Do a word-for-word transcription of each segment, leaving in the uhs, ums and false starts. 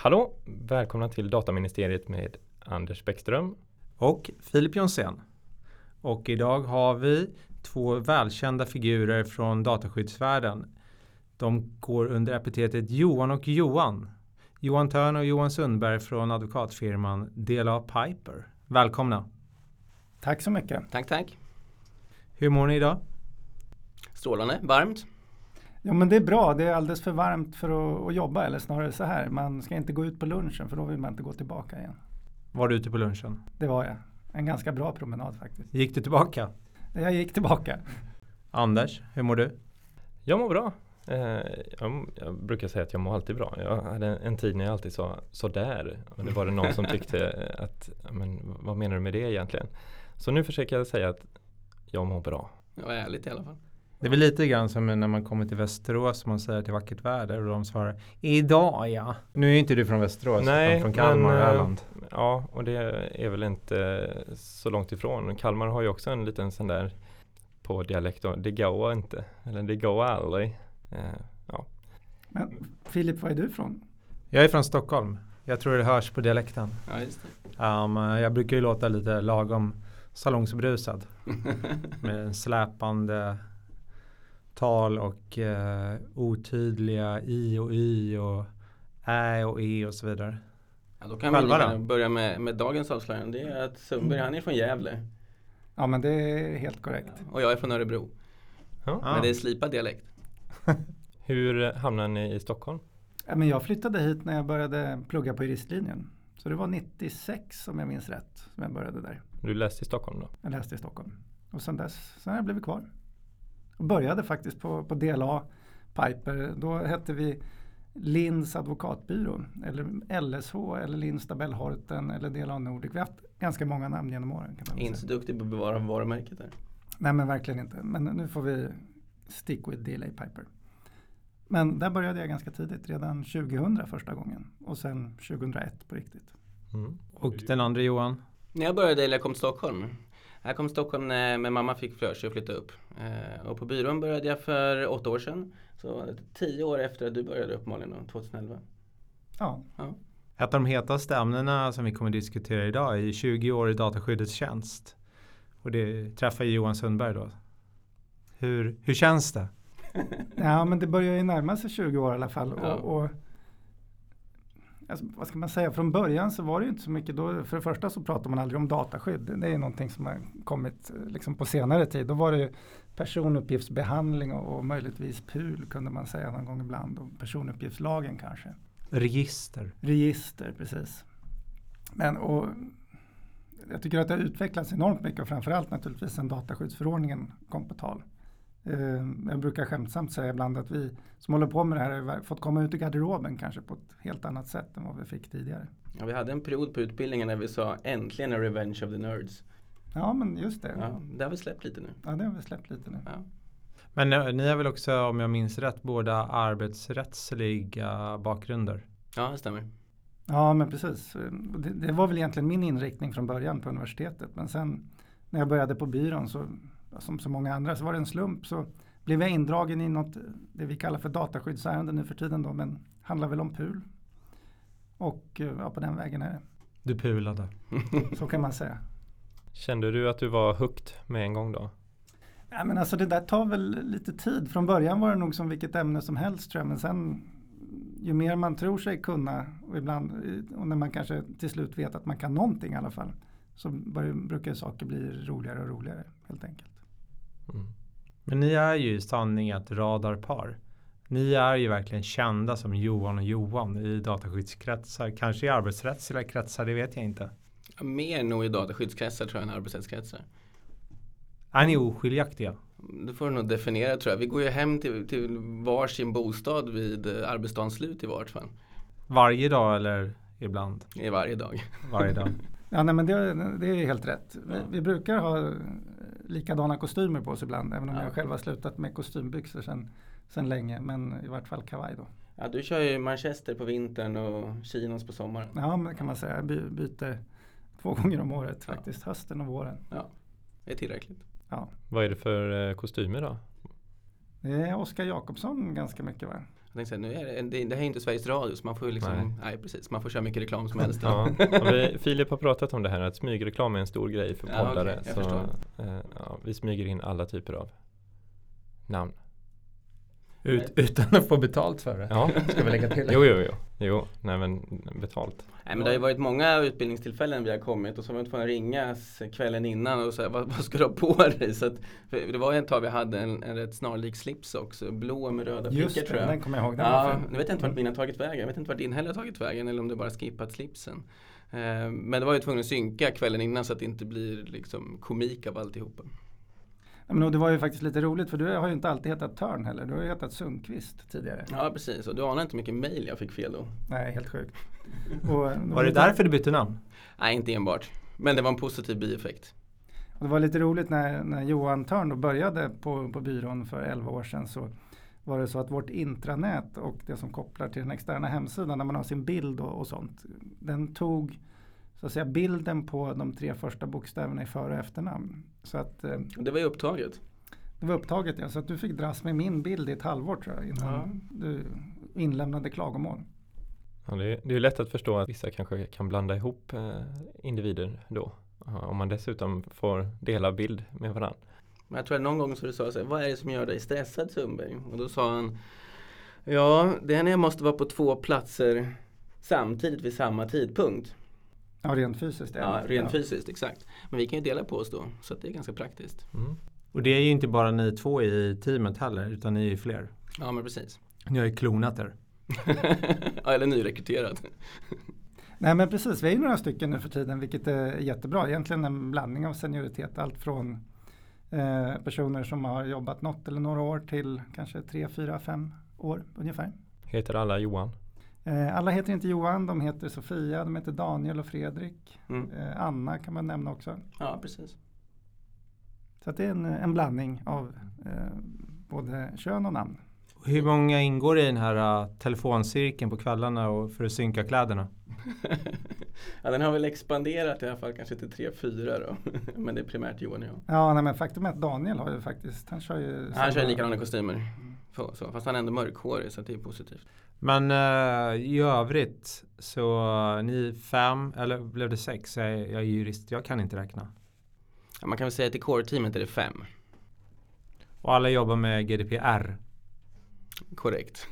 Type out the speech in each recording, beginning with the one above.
Hallå, välkomna till Dataministeriet med Anders Bäckström och Filip Jonsén. Och idag har vi två välkända figurer från dataskyddsvärlden. De går under epitetet Johan och Johan. Johan Törn och Johan Sundberg från advokatfirman D L A Piper. Välkomna. Tack så mycket. Tack, tack. Hur mår ni idag? Strålande, varmt. Ja, men det är bra. Det är alldeles för varmt för att, att jobba, eller snarare så här. Man ska inte gå ut på lunchen för då vill man inte gå tillbaka igen. Var du ute på lunchen? Det var jag. En ganska bra promenad faktiskt. Gick du tillbaka? Jag gick tillbaka. Anders, hur mår du? Jag mår bra. Eh, jag, jag brukar säga att jag mår alltid bra. Jag hade en, en tid när jag alltid sa så där. Och det var det någon som tyckte att, men vad menar du med det egentligen? Så nu försöker jag säga att jag mår bra. Det var ärligt i alla fall. Det är väl lite grann som när man kommer till Västerås och man säger till vackert väder och de svarar idag ja. Nu är ju inte du från Västerås Nej, utan från Kalmar och Öland. Ja, och det är väl inte så långt ifrån. Kalmar har ju också en liten sån där på dialekt. Det går inte. Eller det går aldrig. Eh, ja. Men Filip, var är du från? Jag är från Stockholm. Jag tror det hörs på dialekten. Ja, just det. Um, jag brukar ju låta lite lagom salongsbrusad. Med en släpande tal och uh, otydliga i och y och ä och e och så vidare. Ja, då kan Själva vi då? börja med, med dagens avslöjande. Det är att Sundberg, han är från Gävle. Ja, men det är helt korrekt. Och jag är från Örebro. Ja. Ah. Men det är slipad dialekt. Hur hamnade ni i Stockholm? Ja, men jag flyttade hit när jag började plugga på juristlinjen. Så det var nittiosex om jag minns rätt som jag började där. Du läste i Stockholm då? Jag läste i Stockholm. Och sen dess sen har jag blivit kvar. Och började faktiskt på, på D L A Piper. Då hette vi Linds advokatbyrå. Eller L S H eller Linds Tabellhorten eller D L A Nordic. Vi har haft ganska många namn genom åren. Kan man Inte så säga. duktig på att bevara varumärket där. Nej, men verkligen inte. Men nu får vi stick with D L A Piper. Men där började jag ganska tidigt. Redan tjugohundra första gången. Och sen tjugohundraett på riktigt. Mm. Och den andra Johan? När jag började, eller jag kom till Stockholm. Jag kom till Stockholm när när mamma fick för sig att flytta upp. Eh, och på byrån började jag för åtta år sedan. Så tio år efter att du började uppenbarligen då, tjugoelva. Ja. Ja. Ett av de hetaste ämnena som vi kommer att diskutera idag är tjugo år i dataskyddets tjänst. Och det träffar Johan Sundberg då. Hur, hur känns det? Ja, men det börjar ju närma sig tjugo år i alla fall. Ja. Och, och, alltså, vad ska man säga? Från början så var det ju inte så mycket. Då, för det första så pratar man aldrig om dataskydd. Det är någonting som har kommit liksom på senare tid. Då var det ju personuppgiftsbehandling och, och möjligtvis P U L kunde man säga någon gång ibland. Och personuppgiftslagen kanske. Register. Register, precis. Men och jag tycker att det har utvecklats enormt mycket och framförallt naturligtvis sen dataskyddsförordningen kom på tal. Uh, jag brukar skämtsamt säga ibland att vi som håller på med det här har fått komma ut i garderoben kanske på ett helt annat sätt än vad vi fick tidigare. Ja, vi hade en period på utbildningen när vi sa äntligen en revenge of the nerds. Ja, men just det. Ja, det har vi släppt lite nu. Ja, det har vi släppt lite nu. Ja. Men eh, ni har väl också, om jag minns rätt, båda arbetsrättsliga bakgrunder? Ja, det stämmer. Ja, men precis. Det, det var väl egentligen min inriktning från början på universitetet. Men sen när jag började på byrån så, som så många andra, så var det en slump. Så blev jag indragen i något, det vi kallar för dataskyddsärende nu för tiden då. Men handlar väl om P U L. Och ja, på den vägen är det. Du pulade. Så kan man säga. Kände du att du var hooked med en gång då? Ja, men alltså det där tar väl lite tid. Från början var det nog som vilket ämne som helst tror jag. Men sen ju mer man tror sig kunna och ibland och när man kanske till slut vet att man kan någonting i alla fall. Så börjar, brukar saker bli roligare och roligare helt enkelt. Mm. Men ni är ju i sanning ett radarpar. Ni är ju verkligen kända som Johan och Johan i dataskyddskretsar. Kanske i arbetsrättsliga kretsar, det vet jag inte. Ja, mer nog i dataskyddskretsar tror jag än arbetsrättskretsar. Är ni oskiljaktiga? Det får du nog definiera tror jag. Vi går ju hem till, till varsin bostad vid arbetsdagens slut i vart fall. Varje dag eller ibland? I varje dag. Varje dag. Ja, nej, men det, det är helt rätt. Vi, Ja. vi brukar ha likadana kostymer på oss ibland. Även om Ja. jag själv har slutat med kostymbyxor sedan, sedan länge. Men i vart fall kavaj då. Ja, du kör ju Manchester på vintern och chinos på sommaren. Ja, men kan man säga. Jag by, byter två gånger om året Ja. faktiskt. Hösten och våren. Ja, det är tillräckligt. Ja. Vad är det för eh, kostymer då? Det är Oskar Jakobsson ganska mycket va? Jag tänkte säga, nu är det, det, det här är inte Sveriges Radio så man får ju liksom, nej. nej precis, man får köra mycket reklam som helst. Ja, och vi, Filip har pratat om det här att smygreklam är en stor grej för ja, poddare. Okay, så eh, ja, vi smyger in alla typer av namn. Ut, utan att få betalt för det. Ja. Ska vi lägga till det? Jo, jo, jo. jo nej, men betalt. Nej, men det har ju varit många utbildningstillfällen vi har kommit och så har man tvungen att ringas kvällen innan och säga vad, vad ska du ha på dig? Så att, det var en tag vi hade en, en rätt snarlik slips också, blå med röda Just prickar tror jag. den kommer jag ihåg. Den ja, nu vet jag inte vart min har tagit vägen. Jag vet inte vart din heller har tagit vägen eller om du bara skippat slipsen. Eh, men det var ju tvungen att synka kvällen innan så att det inte blir liksom komik av alltihopa. Ja, men det var ju faktiskt lite roligt för du har ju inte alltid hetat Törn heller. Du har ju hetat Sundqvist tidigare. Ja, precis. Och du anar inte mycket mejl jag fick fel då. Nej, helt sjukt. Och, var det därför du bytte namn? Nej, inte enbart. Men det var en positiv bieffekt. Och det var lite roligt när, när Johan Törn då började på, på byrån för elva år sedan så var det så att vårt intranät och det som kopplar till den externa hemsidan när man har sin bild och, och sånt. Den tog så att säga bilden på de tre första bokstäverna i för- och efternamn. Så att, eh, det var ju upptaget. Det var upptaget, ja. Så att du fick dras med min bild i ett halvår tror jag innan ja. du inlämnade klagomål. Ja, det, är, det är lätt att förstå att vissa kanske kan blanda ihop eh, individer då. Aha, om man dessutom får dela bild med varandra. Men jag tror att någon gång så du sa så här, vad är det som gör dig stressad Sundberg? Och då sa han, ja det är när jag måste vara på två platser samtidigt vid samma tidpunkt. Ja, rent fysiskt. Ja, rent ja. fysiskt, exakt. Men vi kan ju dela på oss då, så att det är ganska praktiskt. Mm. Och det är ju inte bara ni två i teamet heller, utan ni är ju fler. Ja, men precis. Ni har ju klonat er. Ja, eller nyrekryterat. Nej, men precis. Vi är ju några stycken nu för tiden, vilket är jättebra. Egentligen en blandning av senioritet. Allt från eh, personer som har jobbat något eller några år till kanske tre, fyra, fem år ungefär. Heter alla Johan? Eh, alla heter inte Johan, de heter Sofia, de heter Daniel och Fredrik. Mm. Eh, Anna kan man nämna också. Ja, precis. Så att det är en, en blandning av eh, både kön och namn. Hur många ingår i den här uh, telefoncirkeln på kvällarna och för att synka kläderna? Ja, den har väl expanderat i alla fall kanske till tre, fyra då. Men det är primärt Johan och jag. Ja, nej, men faktum är att Daniel har ju faktiskt, han kör ju... Han samma... kör likadana kostymer. Så, så. Fast han är ändå mörkhårig så det är positivt. Men uh, i övrigt så uh, ni fem, eller blev det sex? Jag är, jag är jurist, jag kan inte räkna. Ja, man kan väl säga att i core-teamet är det fem. Och alla jobbar med G D P R? Korrekt.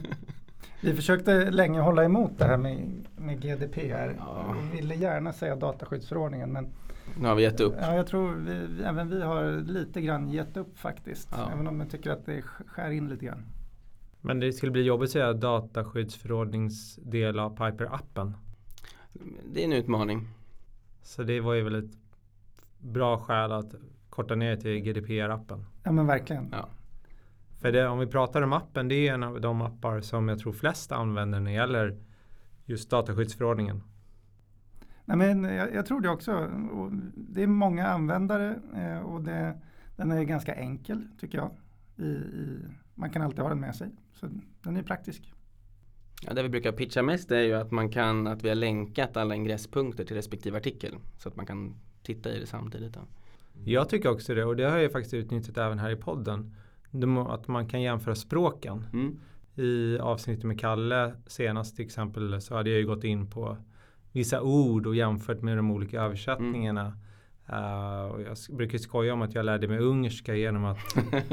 Vi försökte länge hålla emot det här med, med G D P R. Ja. Vi ville gärna säga dataskyddsförordningen. Men nu har vi gett upp. Ja, jag tror vi, även vi har lite grann gett upp faktiskt. Ja. Även om jag tycker att det skär in lite grann. Men det skulle bli jobbigt att säga dataskyddsförordningsdel av Piper-appen. Det är en utmaning. Så det var ju väl ett bra skäl att korta ner till G D P R-appen. Ja, men verkligen. Ja. För det, om vi pratar om appen, det är en av de appar som jag tror flest använder när det gäller just dataskyddsförordningen. Nej, men jag, jag tror det också. Och det är många användare eh, och det, den är ganska enkel tycker jag. I, i, man kan alltid ha den med sig. Så den är praktisk. Ja, det vi brukar pitcha mest är ju att man kan, att vi har länkat alla ingresspunkter till respektive artikel. Så att man kan titta i det samtidigt. Då. Jag tycker också det, och det har jag faktiskt utnyttjat även här i podden. Att man kan jämföra språken. Mm. I avsnittet med Kalle senast till exempel så hade jag ju gått in på vissa ord och jämfört med de olika översättningarna. Mm. Uh, och jag brukar skoja om att jag lärde mig ungerska genom att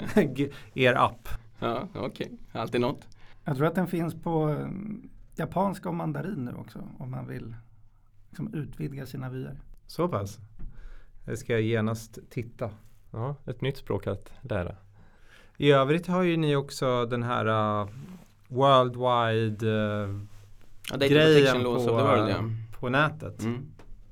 er app. Ja, okej. Okay. Alltid något. Jag tror att den finns på japanska och mandarin nu också om man vill liksom utvidga sina vyer. Så pass? Det ska jag genast titta. Ja, ett nytt språk att lära. I övrigt har ju ni också den här uh, worldwide uh, ja, grejen på, world, ja. på nätet. Mm.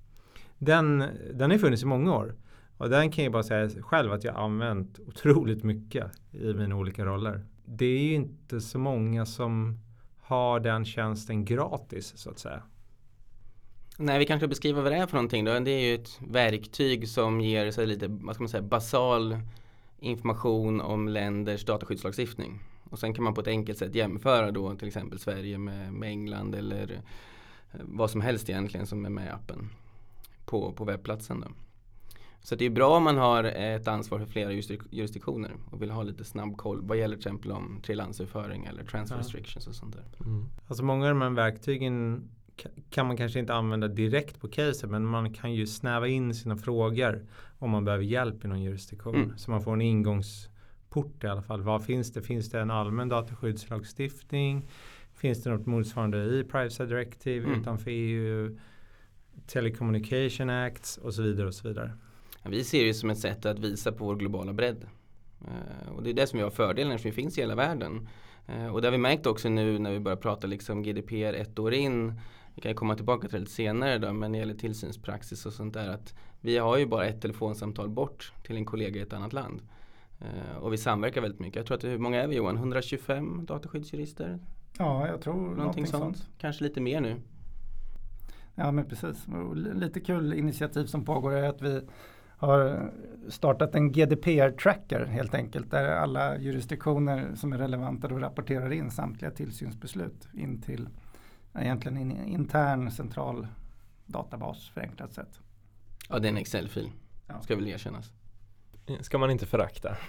Den, den har funnits i många år. Och den kan jag bara säga själv att jag har använt otroligt mycket i mina olika roller. Det är ju inte så många som har den tjänsten gratis så att säga. Nej, vi kanske beskriver vad det är för någonting då. Det är ju ett verktyg som ger så lite, vad ska man säga, basal information om länders dataskyddslagstiftning. Och sen kan man på ett enkelt sätt jämföra då till exempel Sverige med, med England eller vad som helst egentligen som är med i appen på, på webbplatsen då. Så det är bra om man har ett ansvar för flera jurisdik- jurisdiktioner och vill ha lite snabb koll vad gäller till exempel om tredjelandsöverföring eller transfer Ja. restrictions och sånt där. Mm. Alltså många av de här verktygen kan man kanske inte använda direkt på caset, men man kan ju snäva in sina frågor om man behöver hjälp i någon jurisdiktion. Mm. Så man får en ingångsport i alla fall. Vad finns det? Finns det en allmän dataskyddslagstiftning? Finns det något motsvarande i Privacy Directive Mm. utanför E U? Telecommunication Acts och så vidare och så vidare. Ja, vi ser det som ett sätt att visa på vår globala bredd. Uh, och det är det som vi har fördelen eftersom vi finns i hela världen. Uh, och det har vi märkt också nu när vi börjar prata liksom G D P R ett år in. Vi kan komma tillbaka till det lite senare då, men när det gäller tillsynspraxis och sånt där, att vi har ju bara ett telefonsamtal bort till en kollega i ett annat land. Uh, och vi samverkar väldigt mycket. Jag tror att hur många är vi, Johan? hundratjugofem dataskyddsjurister? Ja, jag tror någonting, Någonting sånt. sånt. Kanske lite mer nu. Ja, men precis. Och lite kul initiativ som pågår är att vi har startat en G D P R-tracker helt enkelt, där alla jurisdiktioner som är relevanta då rapporterar in samtliga tillsynsbeslut in till egentligen en intern central databas förenklat sätt. Ja, det är en Excel-fil. Ja. Ska väl erkännas. Ska man inte förakta.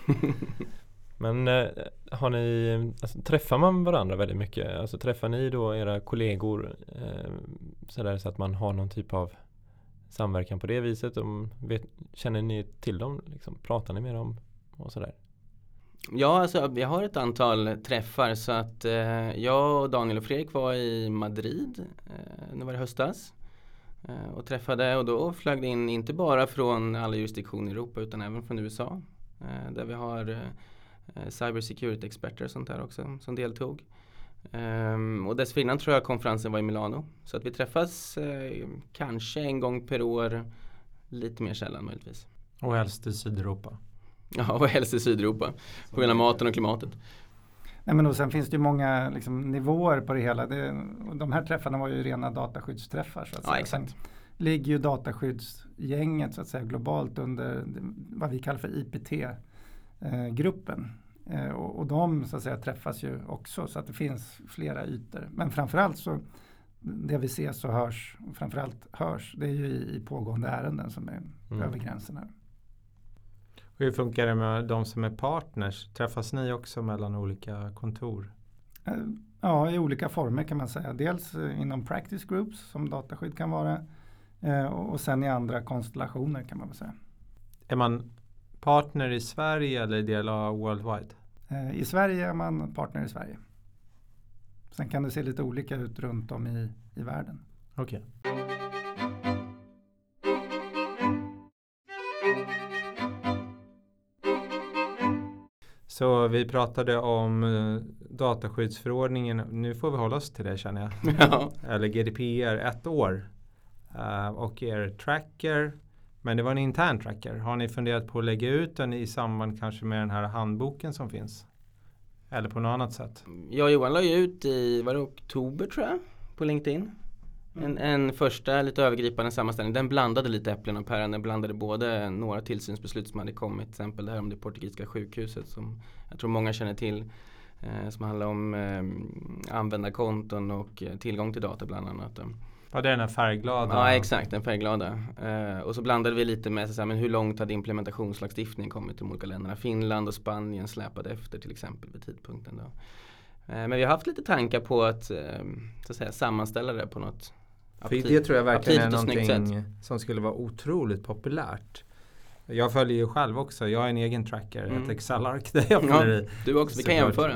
Men eh, har ni, alltså, träffar man varandra väldigt mycket? Alltså träffar ni då era kollegor eh, sådär, så att man har någon typ av samverkan på det viset? Om, vet, känner ni till dem? Liksom, pratar ni med dem och sådär? Ja, alltså vi har ett antal träffar så att eh, jag och Daniel och Fredrik var i Madrid, eh, nu var det höstas, eh, och träffade, och då flög det in inte bara från alla jurisdiktioner i Europa utan även från U S A, eh, där vi har eh, cyber security experter och sånt där också som deltog. Um, och dessförinnan tror jag konferensen var i Milano, så att vi träffas eh, kanske en gång per år, lite mer sällan möjligtvis. Och helst i Sydeuropa. Ja, och helst i Sydeuropa på grund av maten och klimatet. Nej, men och sen finns det ju många liksom, nivåer på det hela. Det, och de här träffarna var ju rena dataskyddsträffar. Så att Ja, säga. exakt. Sen ligger ju dataskyddsgänget så att säga globalt under vad vi kallar för I P T-gruppen. Eh, och, och de så att säga träffas ju också, så att det finns flera ytor. Men framförallt så det vi ser så hörs, framförallt hörs, det är ju i, i pågående ärenden som är Mm. över gränserna. Hur funkar det med de som är partners? Träffas ni också mellan olika kontor? Eh, Ja, i olika former kan man säga. Dels eh, inom practice groups som dataskydd kan vara, eh, och, och sen i andra konstellationer kan man väl säga. Är man partner i Sverige eller del av worldwide? Eh, I Sverige är man partner i Sverige. Sen kan det se lite olika ut runt om i, i världen. Okej. Så vi pratade om eh, dataskyddsförordningen. Nu får vi hålla oss till det, känner jag. Ja. Eller G D P R ett år. Uh, och er tracker. Men det var en intern tracker. Har ni funderat på att lägga ut den i samband kanske med den här handboken som finns? Eller på något annat sätt? Jag och Johan la ju ut i, var det oktober tror jag, på LinkedIn. En, en första lite övergripande sammanställning. Den blandade lite äpplen och päron. Den blandade både några tillsynsbeslut som hade kommit. Till exempel det här om det portugisiska sjukhuset som jag tror många känner till. Eh, som handlar om eh, användarkonton och eh, tillgång till data bland annat. Ja, det är den här färgglada. Ja, exakt, den färgglada. Eh, och så blandade vi lite med så här, men hur långt hade implementationslagstiftningen kommit till de olika länderna. Finland och Spanien släpade efter till exempel vid tidpunkten då. Eh, men vi har haft lite tankar på att, eh, så att säga, sammanställa det på något. För det tror jag verkligen är aptitligt någonting som skulle vara otroligt populärt. Jag följer ju själv också. Jag har en egen tracker, Mm. ett Excel-ark där jag fyller Ja, i. du också, vi kan jämföra.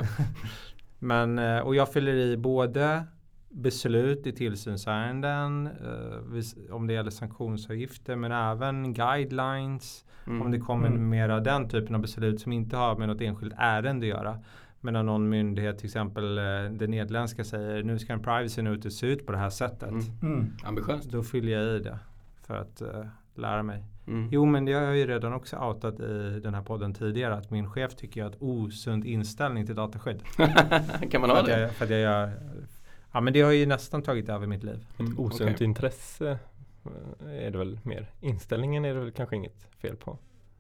Men, eh, och jag fyller i både beslut i tillsynsärenden, eh, vis- om det gäller sanktionsavgifter, men även guidelines, Mm. om det kommer Mm. mera den typen av beslut som inte har med något enskilt ärende att göra. Men när någon myndighet, till exempel eh, det nederländska, säger nu ska en privacy notice se ut på det här sättet. Mm. Mm. Ambitiöst. Då fyller jag i det för att eh, lära mig. Mm. Jo, men det har jag ju redan också outat i den här podden tidigare, att min chef tycker jag har ett osund inställning till dataskydd. Kan man för, ha att det? jag, för att jag gör, ja, men det har ju nästan tagit över mitt liv. Mm, Osunt okej. intresse är det väl mer. Inställningen är det väl kanske inget fel på.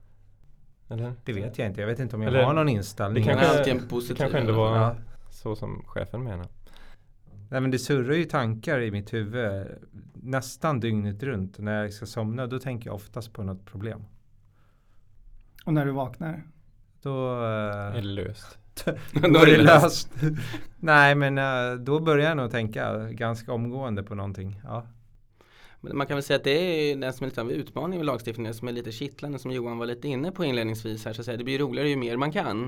Eller? Det vet jag inte. Jag vet inte om jag Eller- har någon inställning. det Men kanske- alltid en Det positiv. kanske ändå i alla fall. var Ja. så som chefen menar. Nej, men det surrar ju tankar i mitt huvud nästan dygnet runt. När jag ska somna, då tänker jag oftast på något problem. Och när du vaknar? Då uh, är det löst. då är det löst. Nej, men uh, då börjar jag nog tänka ganska omgående på någonting. Ja. Men man kan väl säga att det är den som är lite av utmaning med lagstiftningen som är lite kittlande, som Johan var lite inne på inledningsvis här. Så att säga. Det blir roligare ju mer man kan.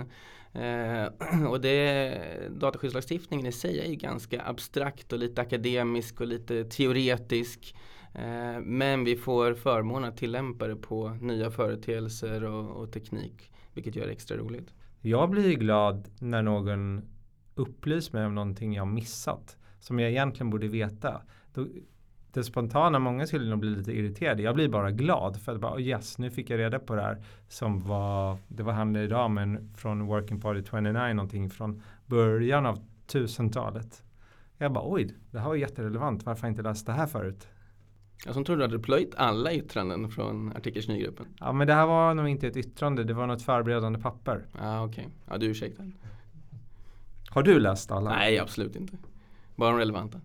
Eh, och det, dataskyddslagstiftningen i sig är ju ganska abstrakt och lite akademisk och lite teoretisk. Eh, men vi får förmånen att tillämpa det på nya företeelser och, och teknik, vilket gör det extra roligt. Jag blir glad när någon upplysar mig om någonting jag missat, som jag egentligen borde veta. Då, det spontana, många skulle nog bli lite irriterade. Jag blir bara glad för att bara, oh yes, nu fick jag reda på det här som var, det var han idag, men från Working Party tjugonio, någonting från början av tusentalet. Jag bara, oj, det här var jätterelevant. Varför har jag inte läst det här förut? Jag som trodde att du plöjt alla yttranden från artikel tjugonio-gruppen. Ja, men det här var nog inte ett yttrande, det var något förberedande papper. Ja, ah, okej. Okay. Ja, du ursäktar. Har du läst alla? Nej, absolut inte. Bara de relevanta.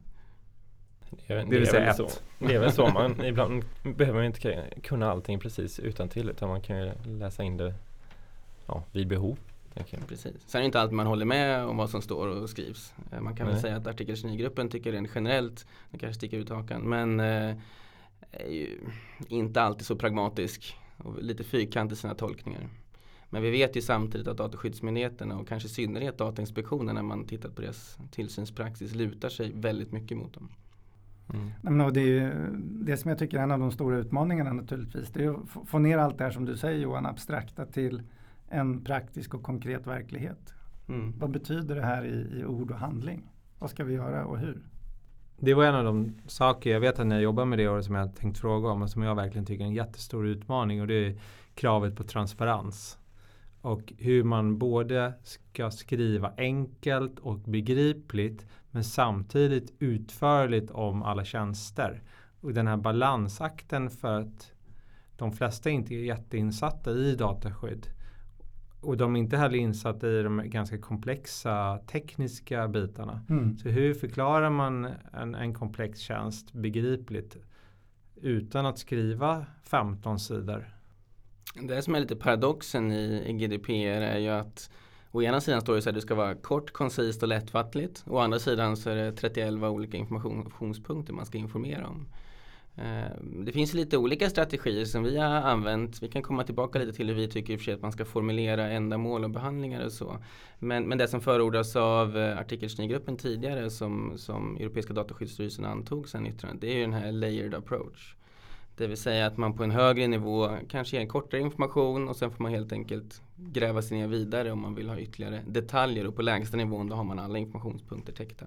Det, det, det, är väl så. Det är väl så. Man, ibland behöver man inte kunna allting precis utan till, utan man kan ju läsa in det ja, vid behov. Precis. Sen är det inte alltid man håller med om vad som står och skrivs. Man kan Nej. väl säga att artikel tjugonio-gruppen tycker rent generellt, det kanske sticker ut hakan, men eh, är ju inte alltid så pragmatisk och lite fyrkant i sina tolkningar. Men vi vet ju samtidigt att Dataskyddsmyndigheterna och kanske i synnerhet Datainspektionen, när man tittat på deras tillsynspraxis, lutar sig väldigt mycket mot dem. Mm. Men det är ju det som jag tycker är en av de stora utmaningarna naturligtvis. Det är att få ner allt det här som du säger, Johan, abstrakta till en praktisk och konkret verklighet. Mm. Vad betyder det här i, i ord och handling? Vad ska vi göra och hur? Det var en av de saker jag vet att när jag jobbar med det år som jag tänkt fråga om och som jag verkligen tycker är en jättestor utmaning, och det är kravet på transparens. Och hur man både ska skriva enkelt och begripligt men samtidigt utförligt om alla tjänster. Och den här balansakten, för att de flesta inte är jätteinsatta i dataskydd. Och de är inte heller insatta i de ganska komplexa tekniska bitarna. Mm. Så hur förklarar man en, en komplex tjänst begripligt utan att skriva femton sidor? Det som är lite paradoxen i, i G D P R är ju att å ena sidan står det så att det ska vara kort, koncist och lättfattligt. Å andra sidan så är det trettioelva olika informationspunkter man ska informera om. Det finns lite olika strategier som vi har använt. Vi kan komma tillbaka lite till hur vi tycker i och för sig att man ska formulera ändamål och behandlingar och så. Men, men det som förordas av artikel tjugonio-gruppen tidigare som, som Europeiska dataskyddsstyrelsen antog sen yttrandet, det är ju den här layered approach. Det vill säga att man på en högre nivå kanske ger en kortare information och sen får man helt enkelt gräva sig ner vidare om man vill ha ytterligare detaljer, och på lägsta nivån då har man alla informationspunkter täckta.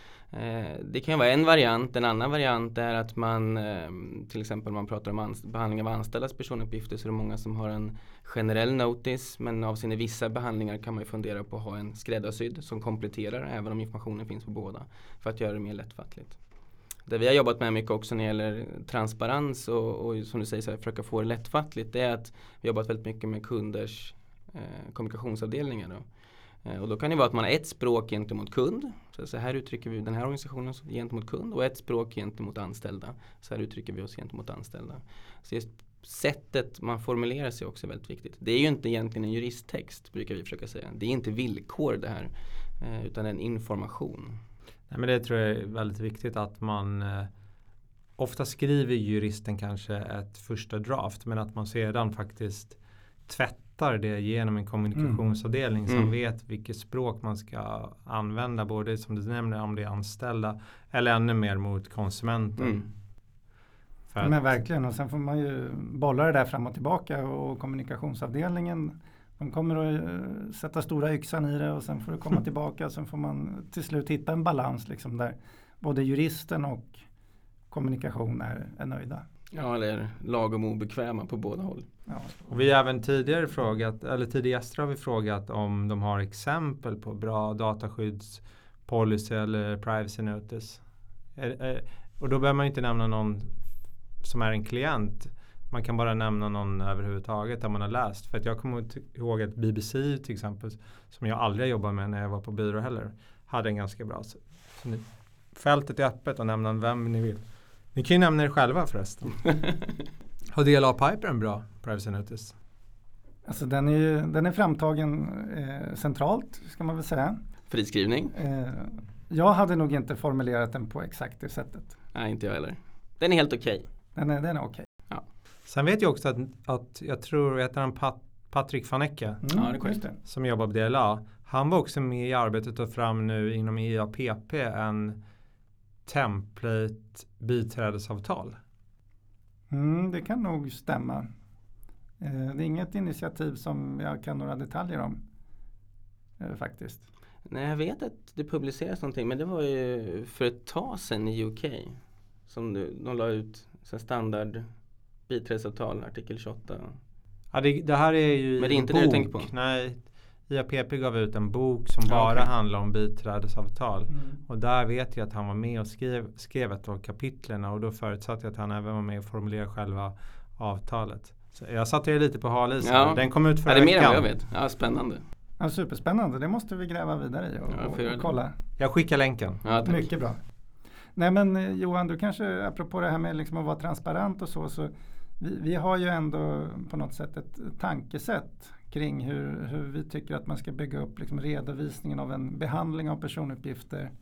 Det kan ju vara en variant. En annan variant är att man, till exempel om man pratar om ans- behandling av anställdas personuppgifter, så är det många som har en generell notice, men avseende vissa behandlingar kan man ju fundera på att ha en skräddarsydd som kompletterar även om informationen finns på båda, för att göra det mer lättfattligt. Det vi har jobbat med mycket också när det gäller transparens och, och som du säger så här, försöka få det lättfattligt, det är att vi har jobbat väldigt mycket med kunders eh, kommunikationsavdelningar då. Och då kan det vara att man har ett språk gentemot kund. Så, så här uttrycker vi den här organisationen gentemot kund. Och ett språk gentemot anställda. Så här uttrycker vi oss gentemot anställda. Så just sättet man formulerar sig också är väldigt viktigt. Det är ju inte egentligen en juristtext, brukar vi försöka säga. Det är inte villkor det här. Utan en information. Nej, men det tror jag är väldigt viktigt att man... Eh, ofta skriver juristen kanske ett första draft. Men att man sedan faktiskt tvättar det genom en kommunikationsavdelning mm. som mm. vet vilket språk man ska använda, både som du nämner om det är anställda eller ännu mer mot konsumenten. Mm. För Men att, verkligen, och sen får man ju bolla det där fram och tillbaka, och kommunikationsavdelningen, de kommer att sätta stora yxan i det och sen får det komma tillbaka, sen får man till slut hitta en balans liksom där både juristen och kommunikation är, är nöjda. Ja, eller lagom obekväma på båda håll. Ja. Och vi har även tidigare frågat, eller tidigare har vi frågat om de har exempel på bra dataskyddspolicy eller privacy notice. Och då behöver man inte nämna någon som är en klient. Man kan bara nämna någon överhuvudtaget där man har läst. För att jag kommer ihåg att B B C till exempel, som jag aldrig jobbat med när jag var på byrå heller, hade en ganska bra. Så ni, fältet är öppet och nämna vem ni vill. Ni kan ju nämna er själva förresten. Har D L A Piper en bra privacy notice? Alltså den är, ju, den är framtagen eh, centralt, ska man väl säga. Friskrivning? Eh, jag hade nog inte formulerat den på exakt det sättet. Nej, inte jag heller. Den är helt okej. Okay. Den är, den är okej. Okay. Ja. Sen vet jag också att, att jag tror att han Pat, Patrik van Ecke, Mm, ja, det är korrekt. som jobbar på D L A. Han var också med i arbetet att ta fram nu inom E A P P en template biträdesavtal. Mm, det kan nog stämma. Eh, det är inget initiativ som jag kan några detaljer om eh, faktiskt. Nej, jag vet att det publiceras någonting, men det var ju för ett tag sedan i U K som de la ut standard biträdesavtal, artikel tjugoåtta. Ja, det, det här är ju men det är inte bok. det du tänker på? Nej, I A P P gav ut en bok som Ja, bara okay. handlar om biträdesavtal. Mm. Och där vet jag att han var med och skrev, skrev ett av kapitlerna, och då förutsatte jag att han även var med och formulerade själva avtalet. Så jag satte lite på halis. Ja. Den kom ut förra ja, det är mer veckan. än vad jag vet. Ja, spännande. Ja, superspännande, det måste vi gräva vidare i och, Ja, och, och kolla. Jag skickar länken. Ja, tack. Mycket bra. Nej men eh, Johan, du kanske, apropå det här med liksom att vara transparent och så, så vi, vi har ju ändå på något sätt ett tankesätt kring hur, hur vi tycker att man ska bygga upp liksom redovisningen av en behandling av personuppgifter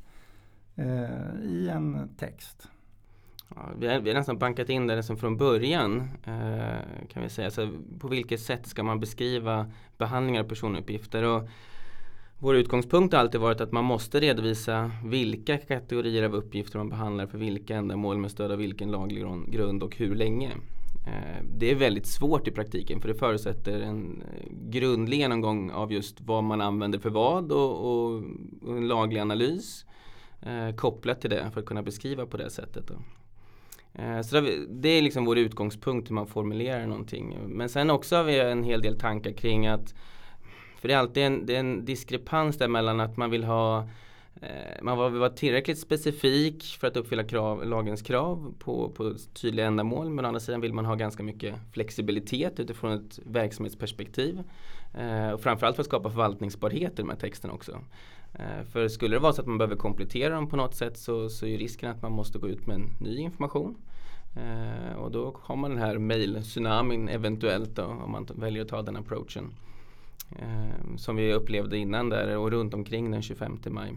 eh, i en text. Ja, vi, har, vi har nästan bankat in det liksom från början, eh, kan vi säga. Så på vilket sätt ska man beskriva behandlingar av personuppgifter? Och vår utgångspunkt har alltid varit att man måste redovisa vilka kategorier av uppgifter man behandlar för vilka ändamål med stöd av vilken laglig grund och hur länge. Eh, det är väldigt svårt i praktiken, för det förutsätter en grundlig genomgång av just vad man använder för vad och, och, och en laglig analys eh, kopplat till det för att kunna beskriva på det sättet då. Så det är liksom vår utgångspunkt hur man formulerar någonting. Men sen också har vi en hel del tankar kring att, för det är alltid en, det är en diskrepans där mellan att man vill ha man vill vara tillräckligt specifik för att uppfylla krav, lagens krav på, på tydliga ändamål, men å andra sidan vill man ha ganska mycket flexibilitet utifrån ett verksamhetsperspektiv och framförallt för att skapa förvaltningsbarhet i de här texterna också. För skulle det vara så att man behöver komplettera dem på något sätt, så, så är risken att man måste gå ut med en ny information. Eh, och då har man den här mail-tsunamin eventuellt då, om man väljer att ta den approachen. Eh, som vi upplevde innan där och runt omkring den tjugofemte maj.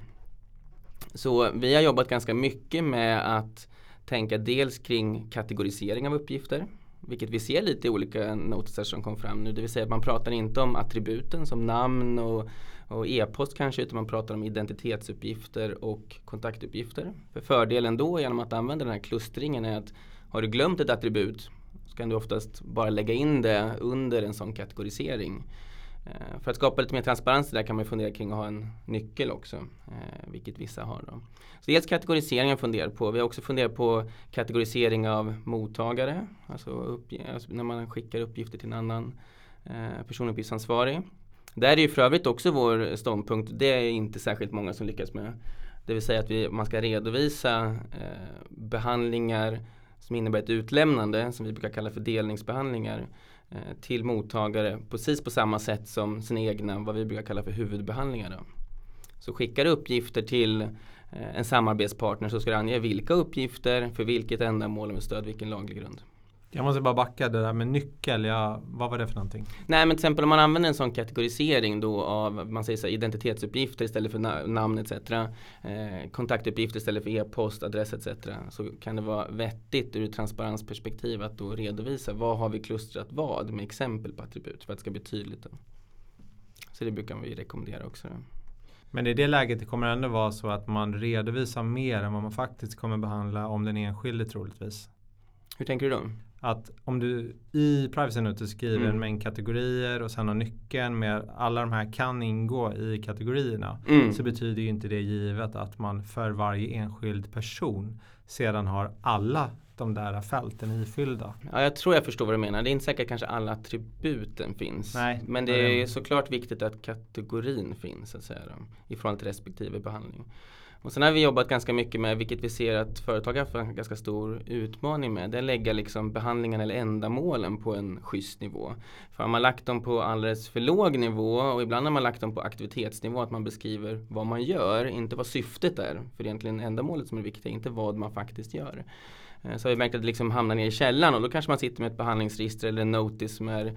Så vi har jobbat ganska mycket med att tänka dels kring kategorisering av uppgifter, vilket vi ser lite i olika notiser som kom fram nu. Det vill säga att man pratar inte om attributen som namn och, och e-post kanske, utan man pratar om identitetsuppgifter och kontaktuppgifter. För fördelen då genom att använda den här klustringen är att har du glömt ett attribut så kan du oftast bara lägga in det under en sån kategorisering. Eh, för att skapa lite mer transparens där kan man fundera kring att ha en nyckel också, eh, vilket vissa har då. Så dels kategoriseringen funderar på. Vi har också funderat på kategorisering av mottagare, alltså, uppg- alltså när man skickar uppgifter till en annan eh, personuppgiftsansvarig. Där är ju för övrigt också vår ståndpunkt, det är inte särskilt många som lyckas med. Det vill säga att vi, man ska redovisa eh, behandlingar som innebär ett utlämnande, som vi brukar kalla för delningsbehandlingar, eh, till mottagare precis på samma sätt som sina egna, vad vi brukar kalla för huvudbehandlingar då. Så skickar du uppgifter till eh, en samarbetspartner, så ska du ange vilka uppgifter, för vilket ändamål och med stöd, vilken laglig grund. Jag måste bara backa det där med nyckel. Ja, vad var det för någonting? Nej, men till exempel om man använder en sån kategorisering då av, man säger så här, identitetsuppgifter istället för na- namn et cetera. Eh, kontaktuppgifter istället för e-post, adress et cetera. Så kan det vara vettigt ur ett transparensperspektiv att då redovisa vad har vi klustrat vad med exempel på attribut för att det ska bli tydligt då. Så det brukar vi rekommendera också då. Men i det läget det kommer ändå vara så att man redovisar mer än vad man faktiskt kommer behandla om den enskilde troligtvis. Hur tänker du då? Att om du i privacy notice skriver Mm. en mängd kategorier och sen har nyckeln med alla de här kan ingå i kategorierna, Mm. så betyder ju inte det givet att man för varje enskild person sedan har alla de där fälten ifyllda. Ja, jag tror jag förstår vad du menar. Det är inte säkert kanske alla attributen finns. Nej, men det det är är- såklart viktigt att kategorin finns så att säga, då, i förhållande till respektive behandling. Och sen har vi jobbat ganska mycket med, vilket vi ser att företag har haft en ganska stor utmaning med, det är att lägga liksom behandlingen eller ändamålen på en schysst nivå. För har man lagt dem på alldeles för låg nivå, och ibland har man lagt dem på aktivitetsnivå, att man beskriver vad man gör, inte vad syftet är. För det är egentligen ändamålet som är viktigt, inte vad man faktiskt gör. Så har vi märkt att det liksom hamnar ner i källan, och då kanske man sitter med ett behandlingsregister eller en notice som är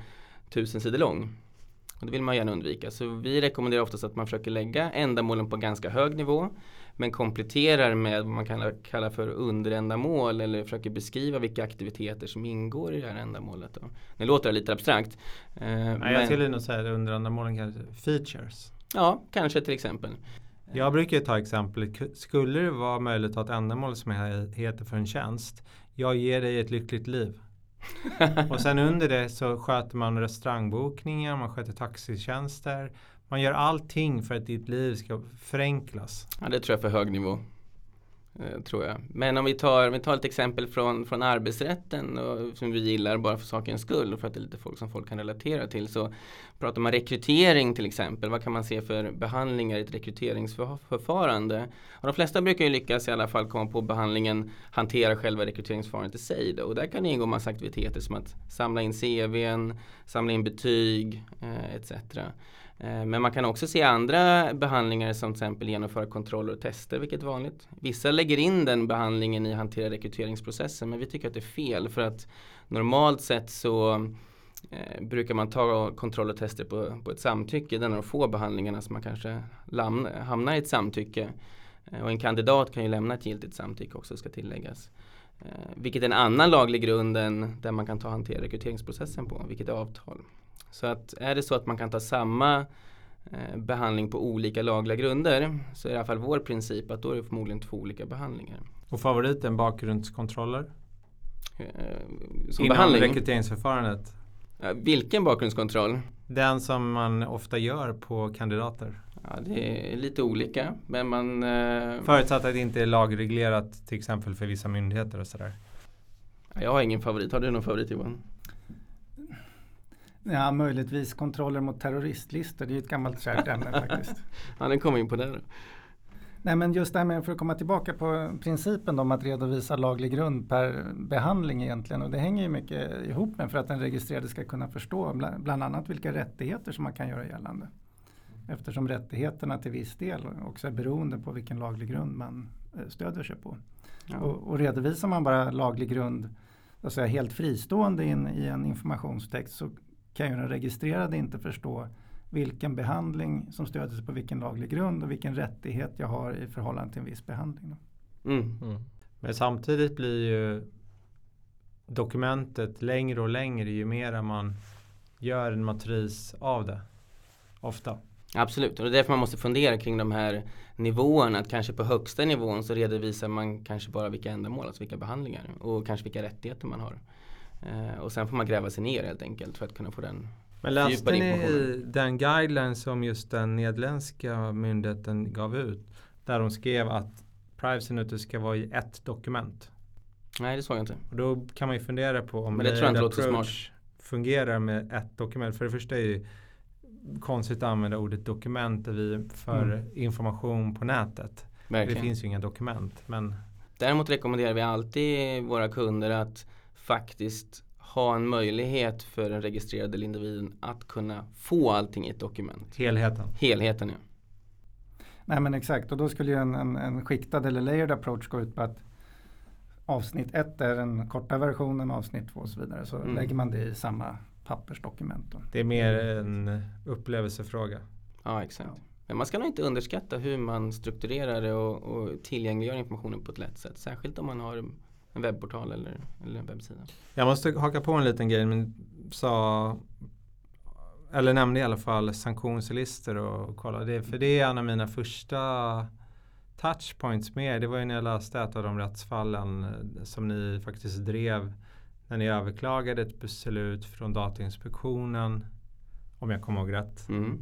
tusen sidor lång. Och det vill man gärna undvika. Så vi rekommenderar oftast att man försöker lägga ändamålen på ganska hög nivå. Men kompletterar med vad man kan kalla för underändamål. Eller försöker beskriva vilka aktiviteter som ingår i det här ändamålet. Då. Det låter lite abstrakt. Eh, Nej, men, jag skulle nog säga att underändamålen kanske features. Ja, kanske till exempel. Jag brukar ta exempel. Skulle det vara möjligt att ha ett ändamål som heter för en tjänst. Jag ger dig ett lyckligt liv. Och sen under det så sköter man restaurangbokningar, man sköter taxitjänster. Man gör allting för att ditt liv ska förenklas. Ja, det tror jag är för hög nivå. Eh, tror jag. Men om vi tar, vi tar ett exempel från, från arbetsrätten och, som vi gillar bara för sakens skull och för att det är lite folk som folk kan relatera till, så pratar man rekrytering till exempel. Vad kan man se för behandlingar i ett rekryteringsförfarande? Och de flesta brukar ju lyckas i alla fall komma på behandlingen, hantera själva rekryteringsförfarandet i sig då. Och där kan det ingå massa aktiviteter som att samla in C V:n, samla in betyg eh, et cetera. Men man kan också se andra behandlingar som till exempel genomföra kontroller och tester, vilket är vanligt. Vissa lägger in den behandlingen i hantera rekryteringsprocessen, men vi tycker att det är fel för att normalt sett så eh, brukar man ta kontroller och tester på, på ett samtycke. Den är de få behandlingarna som man kanske lamna, hamnar i ett samtycke. Eh, och en kandidat kan ju lämna ett giltigt samtycke också, ska tilläggas. Eh, vilket är en annan laglig grund än där man kan ta hantera rekryteringsprocessen på, vilket är avtal. Så att är det så att man kan ta samma eh, behandling på olika lagliga grunder, så är i alla fall vår princip att då är det förmodligen två olika behandlingar. Och favoriten bakgrundskontroller? Eh, som Inom behandling? rekryteringsförfarandet? Ja, vilken bakgrundskontroll? Den som man ofta gör på kandidater. Ja, det är lite olika. Men man, eh... Förutsatt att det inte är lagreglerat till exempel för vissa myndigheter och sådär. Jag har ingen favorit. Har du någon favorit, Johan? Ja, möjligtvis kontroller mot terroristlistor. Det är ju ett gammalt kärt ämne faktiskt. Ja, den kommer in på det då. Nej, men just det här med, för att komma tillbaka på principen om att redovisa laglig grund per behandling egentligen. Och det hänger ju mycket ihop med för att den registrerade ska kunna förstå bland, bland annat vilka rättigheter som man kan göra gällande. Eftersom rättigheterna till viss del också är beroende på vilken laglig grund man stöder sig på. Ja. Och, och redovisar man bara laglig grund, alltså helt fristående in i en informationstext, så kan ju den registrerade inte förstå vilken behandling som stöder sig på vilken laglig grund och vilken rättighet jag har i förhållande till en viss behandling. Mm. Mm. Men samtidigt blir ju dokumentet längre och längre ju mer man gör en matris av det. Ofta. Absolut, och det är därför man måste fundera kring de här nivåerna. Att kanske på högsta nivån så redovisar man kanske bara vilka ändamål, alltså vilka behandlingar och kanske vilka rättigheter man har. Eh, och sen får man gräva sig ner helt enkelt för att kunna få den. Men läste ni den guideline som just den nederländska myndigheten gav ut? Där de skrev att privacy notice ska vara i ett dokument. Nej, det såg jag inte. Och då kan man ju fundera på om Men det tror jag inte låter smart. Fungerar med ett dokument. För det första är ju konstigt att använda ordet dokument för mm. information på nätet. Verkligen. Det finns ju inga dokument. Men... Däremot rekommenderar vi alltid våra kunder att faktiskt ha en möjlighet för den registrerade individen att kunna få allting i ett dokument. Helheten. Helheten, ja. Nej, men exakt. Och då skulle ju en, en, en skiktad eller layered approach gå ut på att avsnitt ett är den korta versionen, avsnitt två och så vidare. Så mm. lägger man det i samma pappersdokument. Då. Det är mer en upplevelsefråga. Ja, exakt. Ja. Men man ska nog inte underskatta hur man strukturerar det och, och tillgängliggör informationen på ett lätt sätt. Särskilt om man har en webbportal eller, eller en webbsida. Jag måste haka på en liten grej. Men sa, eller nämnde i alla fall sanktionslistor och kolla det. För det är en av mina första touchpoints med. Det var ju när jag läste ett av de rättsfallen som ni faktiskt drev. När ni överklagade ett beslut från Datainspektionen. Om jag kommer ihåg rätt. Mm.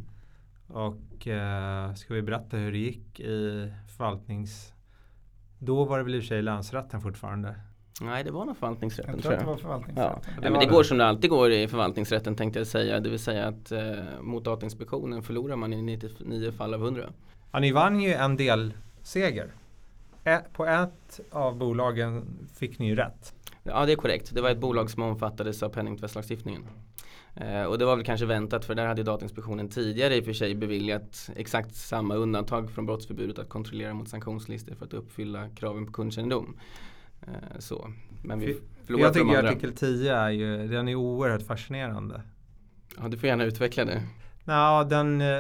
Och eh, ska vi berätta hur det gick i förvaltnings... Då var det väl i och för sig länsrätten fortfarande? Nej, det var nog förvaltningsrätten. Jag tror, tror jag. att det var förvaltningsrätten. Ja. Det ja, men det går som det alltid går i förvaltningsrätten, tänkte jag säga. Det vill säga att eh, mot Datainspektionen förlorar man i nittionio fall av hundra. Ja, ni vann ju en del seger. Ä- på ett av bolagen fick ni ju rätt. Ja, det är korrekt. Det var ett bolag som omfattades av penningtvättslagstiftningen. Eh, och det var väl kanske väntat, för där hade Datainspektionen tidigare i och för sig beviljat exakt samma undantag från brottsförbudet att kontrollera mot sanktionslistor för att uppfylla kraven på kundkännedom. Eh, så. Men vi förlorade. Jag tycker artikel tio är ju, den är oerhört fascinerande. Ja, du får gärna utveckla det. Ja, den, eh,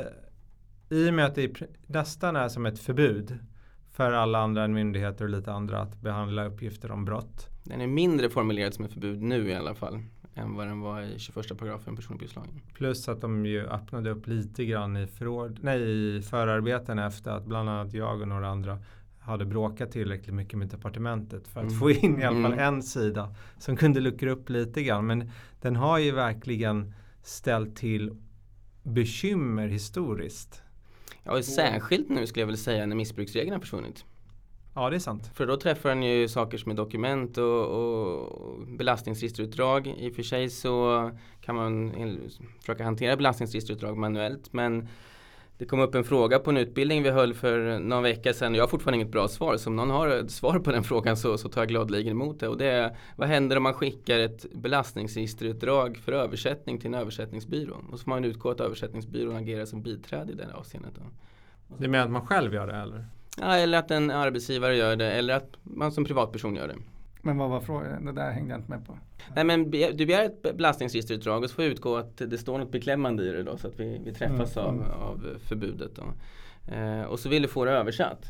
i och med att det är, nästan är som ett förbud för alla andra än myndigheter och lite andra att behandla uppgifter om brott. Den är mindre formulerad som ett förbud nu i alla fall än vad den var i tjugoförsta paragrafen personuppgiftslagen. Plus att de ju öppnade upp lite grann i, förord, nej, i förarbeten efter att bland annat jag och några andra hade bråkat tillräckligt mycket med departementet för att Mm. få in i alla fall Mm. en sida som kunde luckra upp lite grann. Men den har ju verkligen ställt till bekymmer historiskt. Ja, och särskilt nu skulle jag väl säga när missbruksregeln har försvunnit. Ja, det är sant. För då träffar den ju saker som är dokument och, och belastningsregisterutdrag. I och för sig så kan man försöka hantera belastningsregisterutdrag manuellt. Men det kom upp en fråga på en utbildning vi höll för någon vecka sedan. Jag har fortfarande inget bra svar. Så om någon har ett svar på den frågan så, så tar jag gladeligen emot det. Och det är, vad händer om man skickar ett belastningsregisterutdrag för översättning till en översättningsbyrå? Och så får man utgå att översättningsbyrån agerar som biträde i det här avseendet. Då. Det menar att man själv gör det, eller? Ja, eller att en arbetsgivare gör det, eller att man som privatperson gör det. Men vad var frågan? Det där hängde jag inte med på. Nej, men be, du begär ett belastningsregisterutdrag och så får jag utgå att det står något beklämmande i det då, så att vi, vi träffas Mm. av, av förbudet då. Eh, och så vill du få det översatt.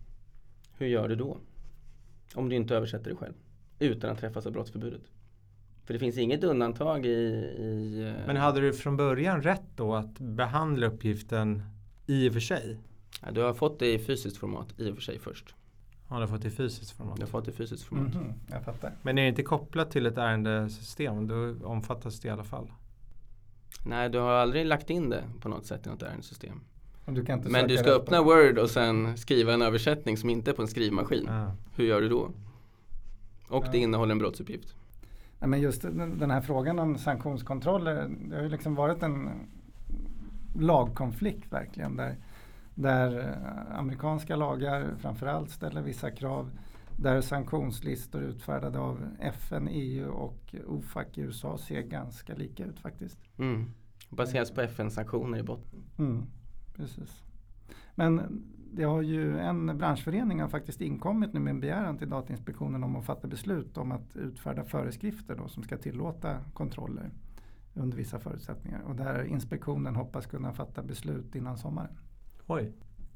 Hur gör du då? Om du inte översätter det själv, utan att träffas av brottsförbudet. För det finns inget undantag i... i eh, Men hade du från början rätt då att behandla uppgiften i och för sig? ja, du har fått det i fysiskt format i och för sig först. Ja, du har fått det i fysiskt format. Du har fått det i fysiskt format. Mhm, jag fattar. Men är det inte kopplat till ett ärendesystem, då omfattas det i alla fall. Nej, du har aldrig lagt in det på något sätt i något ärendesystem. Och du kan inte Men söka du ska rätt på- öppna Word och sen skriva en översättning som inte är på en skrivmaskin. Ja. Hur gör du då? Och Ja. det innehåller en brottsuppgift. Nej, men just den, den här frågan om sanktionskontroller, det har ju liksom varit en lagkonflikt verkligen där, där eh, amerikanska lagar framförallt ställer vissa krav, där sanktionslistor utfärdade av F N, E U och O F A C i U S A ser ganska lika ut faktiskt. Mm. Baseras på F N-sanktioner i botten. Mm, precis. Men det har ju en branschförening har faktiskt inkommit nu med en begäran till Datainspektionen om att fatta beslut om att utfärda föreskrifter då, som ska tillåta kontroller under vissa förutsättningar. Och där inspektionen hoppas kunna fatta beslut innan sommaren. Oj.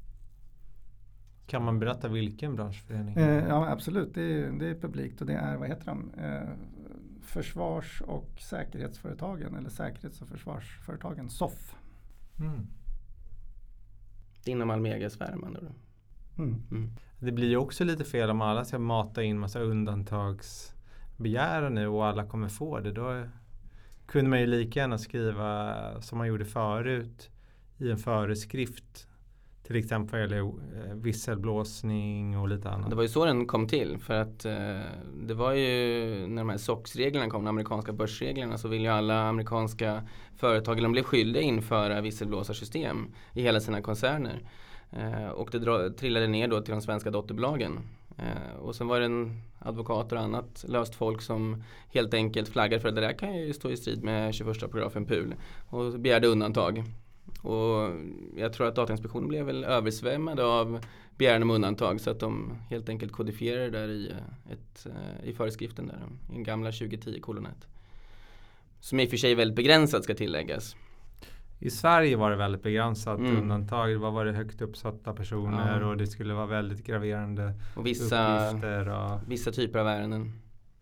Kan man berätta vilken branschförening? Eh, ja, absolut. Det är, det är publikt och det är, vad heter de? Eh, försvars- och säkerhetsföretagen eller säkerhets- och försvarsföretagen, S O F. Mm. Det är inom Almega-sfären man då. Mm. Mm. Det blir ju också lite fel om alla ska mata in massa undantagsbegäran nu och alla kommer få det. Då kunde man ju lika gärna skriva som man gjorde förut i en föreskrift. Till exempel vad gäller eh, visselblåsning och lite annat. Det var ju så den kom till. För att eh, det var ju när de här S O X-reglerna kom, de amerikanska börsreglerna, så ville ju alla amerikanska företag, eller de blev skyldiga införa visselblåsarsystem i hela sina koncerner. Eh, och det dra, trillade ner då till de svenska dotterbolagen. Eh, och sen var det en advokat och annat löst folk som helt enkelt flaggade för att det där kan ju stå i strid med tjugoförsta paragrafen P U L och begärde undantag. Och jag tror att Datainspektionen blev väl översvämmade av begäran om undantag, så att de helt enkelt kodifierade där i, ett, i föreskriften där, i en gamla tjugo tio kolon ett. Som i och för sig är väldigt begränsat, ska tilläggas. I Sverige var det väldigt begränsat Mm. undantag. Det var, var det högt uppsatta personer Ja. och det skulle vara väldigt graverande Och vissa, uppgifter. Och, vissa typer av ärenden.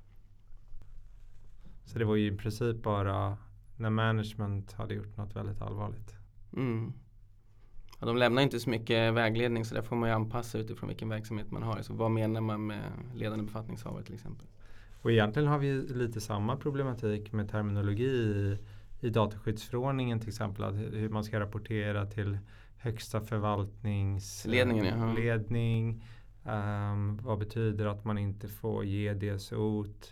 så det var ju i princip bara när management hade gjort något väldigt allvarligt. Mm. Ja, de lämnar inte så mycket vägledning, så där får man ju anpassa utifrån vilken verksamhet man har. Så vad menar man med ledande befattningshavare till exempel? Och egentligen har vi lite samma problematik med terminologi i, i dataskyddsförordningen till exempel. Att hur man ska rapportera till högsta förvaltningsledning. Ledningen, ja. Ledning, um, vad betyder att man inte får ge D S O t,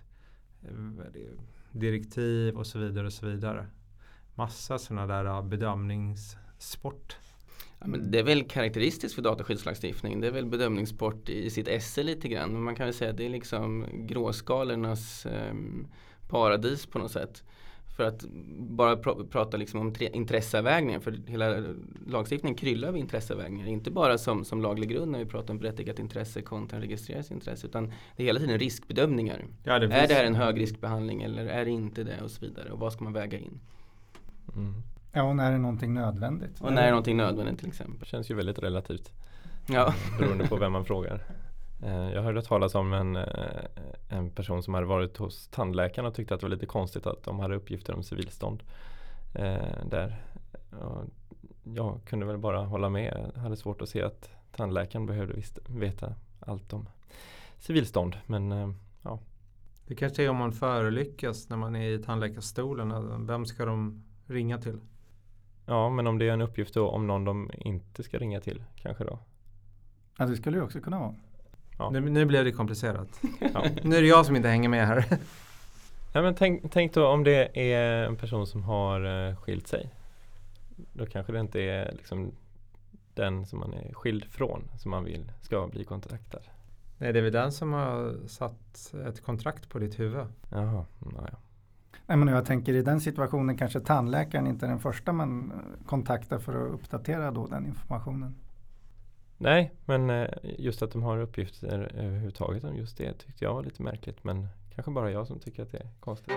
direktiv och så vidare och så vidare. Massa sådana där bedömningssport. Ja, men det är väl karaktäristiskt för dataskyddslagstiftning. Det är väl bedömningssport i sitt esse lite grann. Men man kan väl säga att det är liksom gråskalornas eh, paradis på något sätt. För att bara pr- prata liksom om tre- intresseavvägningar. För hela lagstiftningen kryllar av intresseavvägningar. Inte bara som, som laglig grund när vi pratar om berättigat intresse kontra registrerat intresse. Utan det är hela tiden riskbedömningar. Ja, det Är finns- det här en hög riskbehandling eller är det inte det och så vidare. Och vad ska man väga in? Mm. Ja, och när är någonting nödvändigt? Och när är någonting nödvändigt till exempel. Det känns ju väldigt relativt. Ja. Beroende på vem man frågar. Jag hörde talas om en, en person som hade varit hos tandläkaren och tyckte att det var lite konstigt att de hade uppgifter om civilstånd eh, där. Och jag kunde väl bara hålla med. Jag hade svårt att se att tandläkaren behövde visst, veta allt om civilstånd. Men eh, ja. Det kanske är om man förolyckas när man är i tandläkarstolen. Vem ska de ringa till? Ja, men om det är en uppgift då, om någon de inte ska ringa till kanske då. Ja, det skulle ju också kunna vara. Ja. Nu, nu blev det komplicerat. Ja. Nu är det jag som inte hänger med här. Ja, men tänk, tänk då om det är en person som har uh, skilt sig. Då kanske det inte är liksom den som man är skild från som man vill ska bli kontaktad. Nej, det är väl den som har satt ett kontrakt på ditt huvud. Jaha, naja. Nej, men jag tänker i den situationen kanske tandläkaren inte är den första man kontaktar för att uppdatera då den informationen. Nej, men just att de har uppgifter överhuvudtaget om just det tyckte jag var lite märkligt. Men kanske bara jag som tycker att det är konstigt.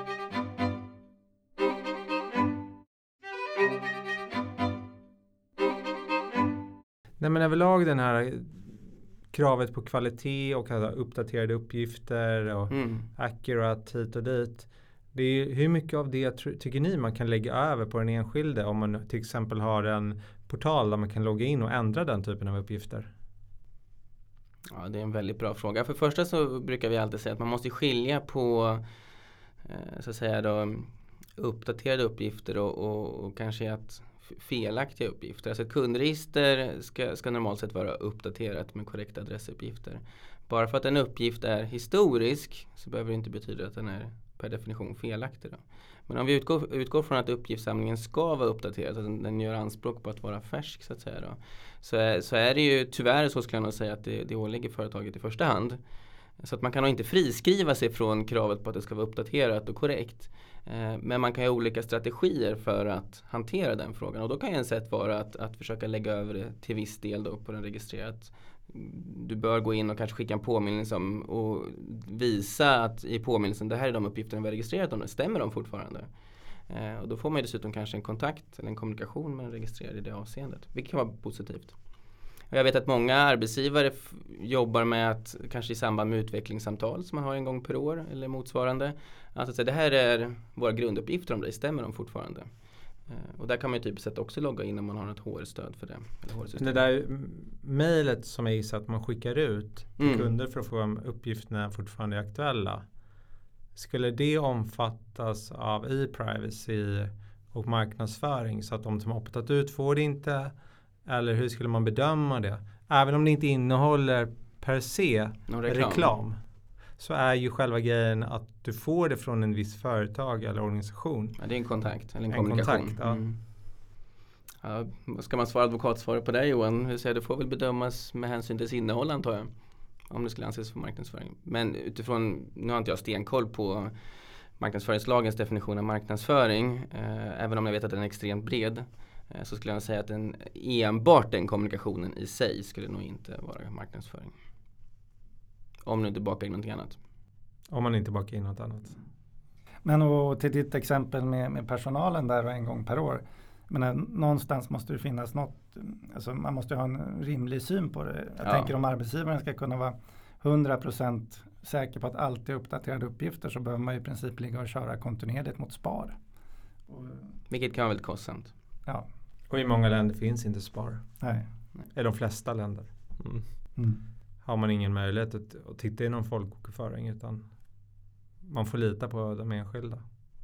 Nej, men överlag den här kravet på kvalitet och att uppdaterade uppgifter och Mm. accurate hit och dit. Det är, hur mycket av det tycker ni man kan lägga över på den enskilde om man till exempel har en portal där man kan logga in och ändra den typen av uppgifter? Ja, det är en väldigt bra fråga. För det första så brukar vi alltid säga att man måste skilja på eh, så att säga då, uppdaterade uppgifter och, och, och kanske att felaktiga uppgifter. Alltså ett kundregister ska, ska normalt sett vara uppdaterat med korrekta adressuppgifter. Bara för att en uppgift är historisk så behöver det inte betyda att den är per definition felaktig då. Men om vi utgår, utgår från att uppgiftssamlingen ska vara uppdaterad, att den, den gör anspråk på att vara färsk så att säga då, så, är, så är det ju tyvärr så skulle jag nog säga att det, det åligger företaget i första hand. Så att man kan nog inte friskriva sig från kravet på att det ska vara uppdaterat och korrekt. Eh, men man kan ha olika strategier för att hantera den frågan. Och då kan ju en sätt vara att, att försöka lägga över det till viss del då på den registrerade. Du bör gå in och kanske skicka en påminnelse om och visa att i påminnelsen det här är de uppgifterna vi har registrerat om, det stämmer de fortfarande. Eh, och då får man ju dessutom kanske en kontakt eller en kommunikation med den registrerade i det avseendet, vilket kan vara positivt. Och jag vet att många arbetsgivare f- jobbar med att kanske i samband med utvecklingssamtal som man har en gång per år eller motsvarande, att, att säga, det här är våra grunduppgifter om det, stämmer de fortfarande. Uh, och där kan man ju typ sett också logga in om man har ett H R-stöd för det. Eller H R-system. Det där mejlet som är så att man skickar ut till Mm. kunder för att få om uppgifterna fortfarande är aktuella. Skulle det omfattas av e-privacy och marknadsföring så att de som har optat ut får det inte? Eller hur skulle man bedöma det? Även om det inte innehåller per se Någon reklam. reklam. Så är ju själva grejen att du får det från en viss företag eller organisation. Ja, det är en kontakt eller en, En kommunikation. kontakt, ja. Mm. Ja, ska man svara advokatsvaret på det, Johan? Hur säger, det får väl bedömas med hänsyn till dess innehåll, antar jag. Om det skulle anses för marknadsföring. Men utifrån, nu har inte jag stenkoll på marknadsföringslagens definition av marknadsföring. Eh, även om jag vet att den är extremt bred. Eh, så skulle jag säga att den, enbart den kommunikationen i sig skulle nog inte vara marknadsföring. Om du inte bakar in någonting annat. Om man inte bakar in något annat. Men och till ditt exempel med, med personalen där och en gång per år. Men någonstans måste det finnas något, alltså man måste ha en rimlig syn på det. Jag Ja. tänker om arbetsgivaren ska kunna vara hundra procent säker på att alltid uppdaterade uppgifter, så behöver man i princip ligga och köra kontinuerligt mot SPAR. Och, Vilket kan vara väldigt kostsamt. ja, Och i många länder finns inte SPAR. nej. I de flesta länder Mm. Mm. har man ingen möjlighet att, att titta i någon folkbokföring, utan man får lita på de enskilda.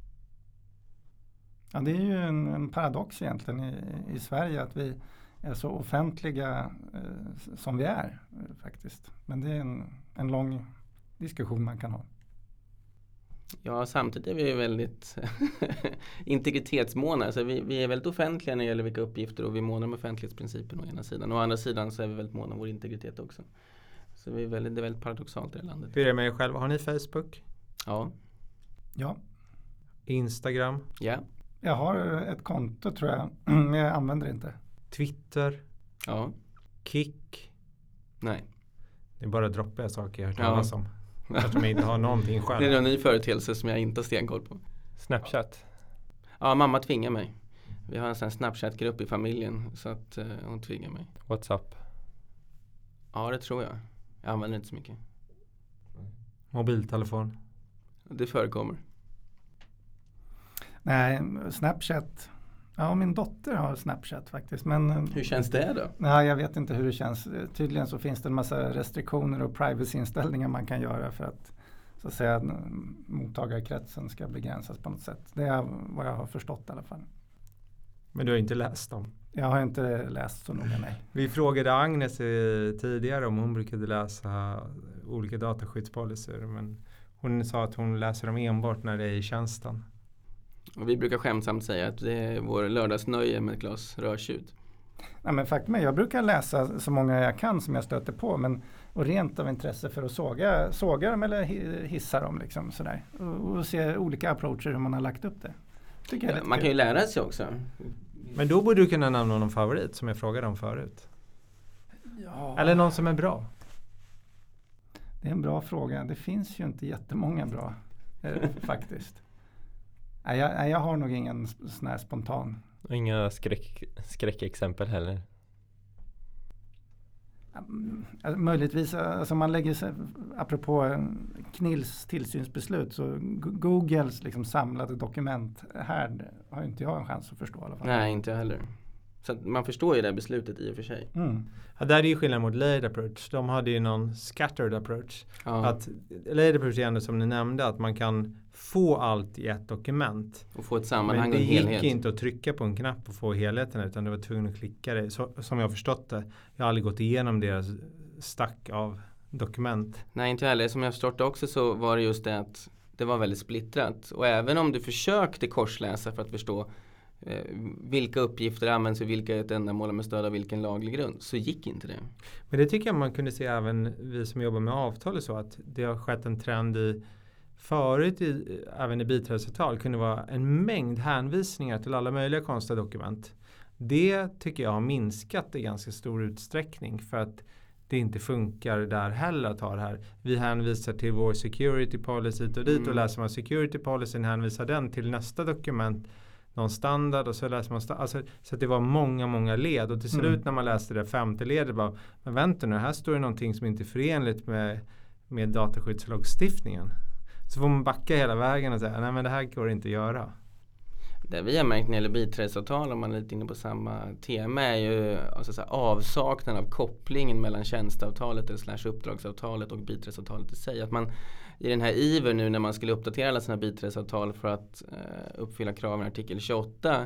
Ja, det är ju en, en paradox egentligen i, i Sverige att vi är så offentliga eh, som vi är eh, faktiskt. Men det är en, en lång diskussion man kan ha. Ja, samtidigt är vi väldigt integritetsmåna. Alltså vi, vi är väldigt offentliga när det gäller vilka uppgifter, och vi månar om offentlighetsprincipen å ena sidan. Och å andra sidan så är vi väldigt måna om vår integritet också. Så vi är väldigt, det är väldigt paradoxalt i det landet. Hur är det med er själva? Har ni Facebook? Ja, Ja, Instagram? ja, jag har ett konto tror jag, men jag använder det inte. Twitter? ja, Kik? nej. Det är bara droppiga saker jag har hört Ja. talas om. Eftersom jag inte har någonting själv. Det är en ny företeelse som jag inte har stenkoll på. Snapchat. Ja, mamma tvingar mig. Vi har en sån här Snapchat-grupp i familjen så att uh, hon tvingar mig. WhatsApp? Ja, det tror jag. Jag använder inte så mycket. Mobiltelefon? Det förekommer. Nej, Snapchat. Ja, min dotter har Snapchat faktiskt. Men, hur känns det då? Nej, jag vet inte hur det känns. Tydligen så finns det en massa restriktioner och privacy-inställningar man kan göra för att, så att säga, mottagarkretsen ska begränsas på något sätt. Det är vad jag har förstått i alla fall. Men du har inte läst dem? Jag har inte läst så noga, nej. Vi frågade Agnes tidigare om hon brukade läsa olika dataskyddspolicyer, men hon sa att hon läser dem enbart när det är i tjänsten. Och vi brukar skämtsamt säga att det är vår lördagsnöje med ett glas rödtjut. Ja, men faktum är, jag brukar läsa så många jag kan som jag stöter på, men och rent av intresse för att såga, såga dem eller hissa dem liksom sådär. Och, och se olika approacher hur man har lagt upp det. Tycker jag är Ja, lite man kul. kan ju lära sig också. Men då borde du kunna nämna någon favorit som jag frågade om förut. Ja. Eller någon som är bra. Det är en bra fråga. Det finns ju inte jättemånga bra eh, faktiskt. Nej, jag, nej, jag har nog ingen sån här spontan. Och inga skräck, skräckexempel heller. Mm, alltså, möjligtvis, alltså man lägger sig, apropå Knills tillsynsbeslut, så Googles liksom samlade dokument här har inte jag en chans att förstå i alla fall. Nej, inte jag heller. Så att man förstår ju det här beslutet i och för sig. Mm. Ja, där är ju skillnad mot layered approach. De hade ju någon scattered approach. Ja. Att layered approach är ändå som ni nämnde att man kan få allt i ett dokument. Och få ett sammanhang Men och det en helhet. gick inte att trycka på en knapp och få helheten, utan du var tvungen att klicka det. Så, som jag har förstått det. Jag har aldrig gått igenom deras stack av dokument. Nej, inte heller. Som jag har förstått det också så var det just det att det var väldigt splittrat. Och även om du försökte korsläsa för att förstå eh, vilka uppgifter används för vilka ett ändamål med stöd av vilken laglig grund, så gick inte det. Men det tycker jag man kunde se även vi som jobbar med avtal och så, att det har skett en trend i förut i, även i biträdesavtal kunde vara en mängd hänvisningar till alla möjliga konstiga dokument. Det tycker jag har minskat i ganska stor utsträckning för att det inte funkar där heller att ha det här. Vi hänvisar till vår security policy och dit Mm. och läser man security policyn, hänvisar den till nästa dokument, någon standard, och så läser man sta- alltså, så att det var många, många led, och till slut Mm. när man läste det femte ledet bara, men vänta nu, här står det någonting som inte är förenligt med, med dataskyddslagstiftningen. Så får man backa hela vägen och säga, nej men det här går inte att göra. Det vi har märkt när det gäller biträdesavtal, om man är lite inne på samma tema, är ju alltså, så här, avsaknaden av kopplingen mellan tjänsteavtalet eller slash uppdragsavtalet och biträdesavtalet i sig. Att man i den här iver nu när man skulle uppdatera alla sina biträdesavtal för att eh, uppfylla kraven i artikel tjugoåtta,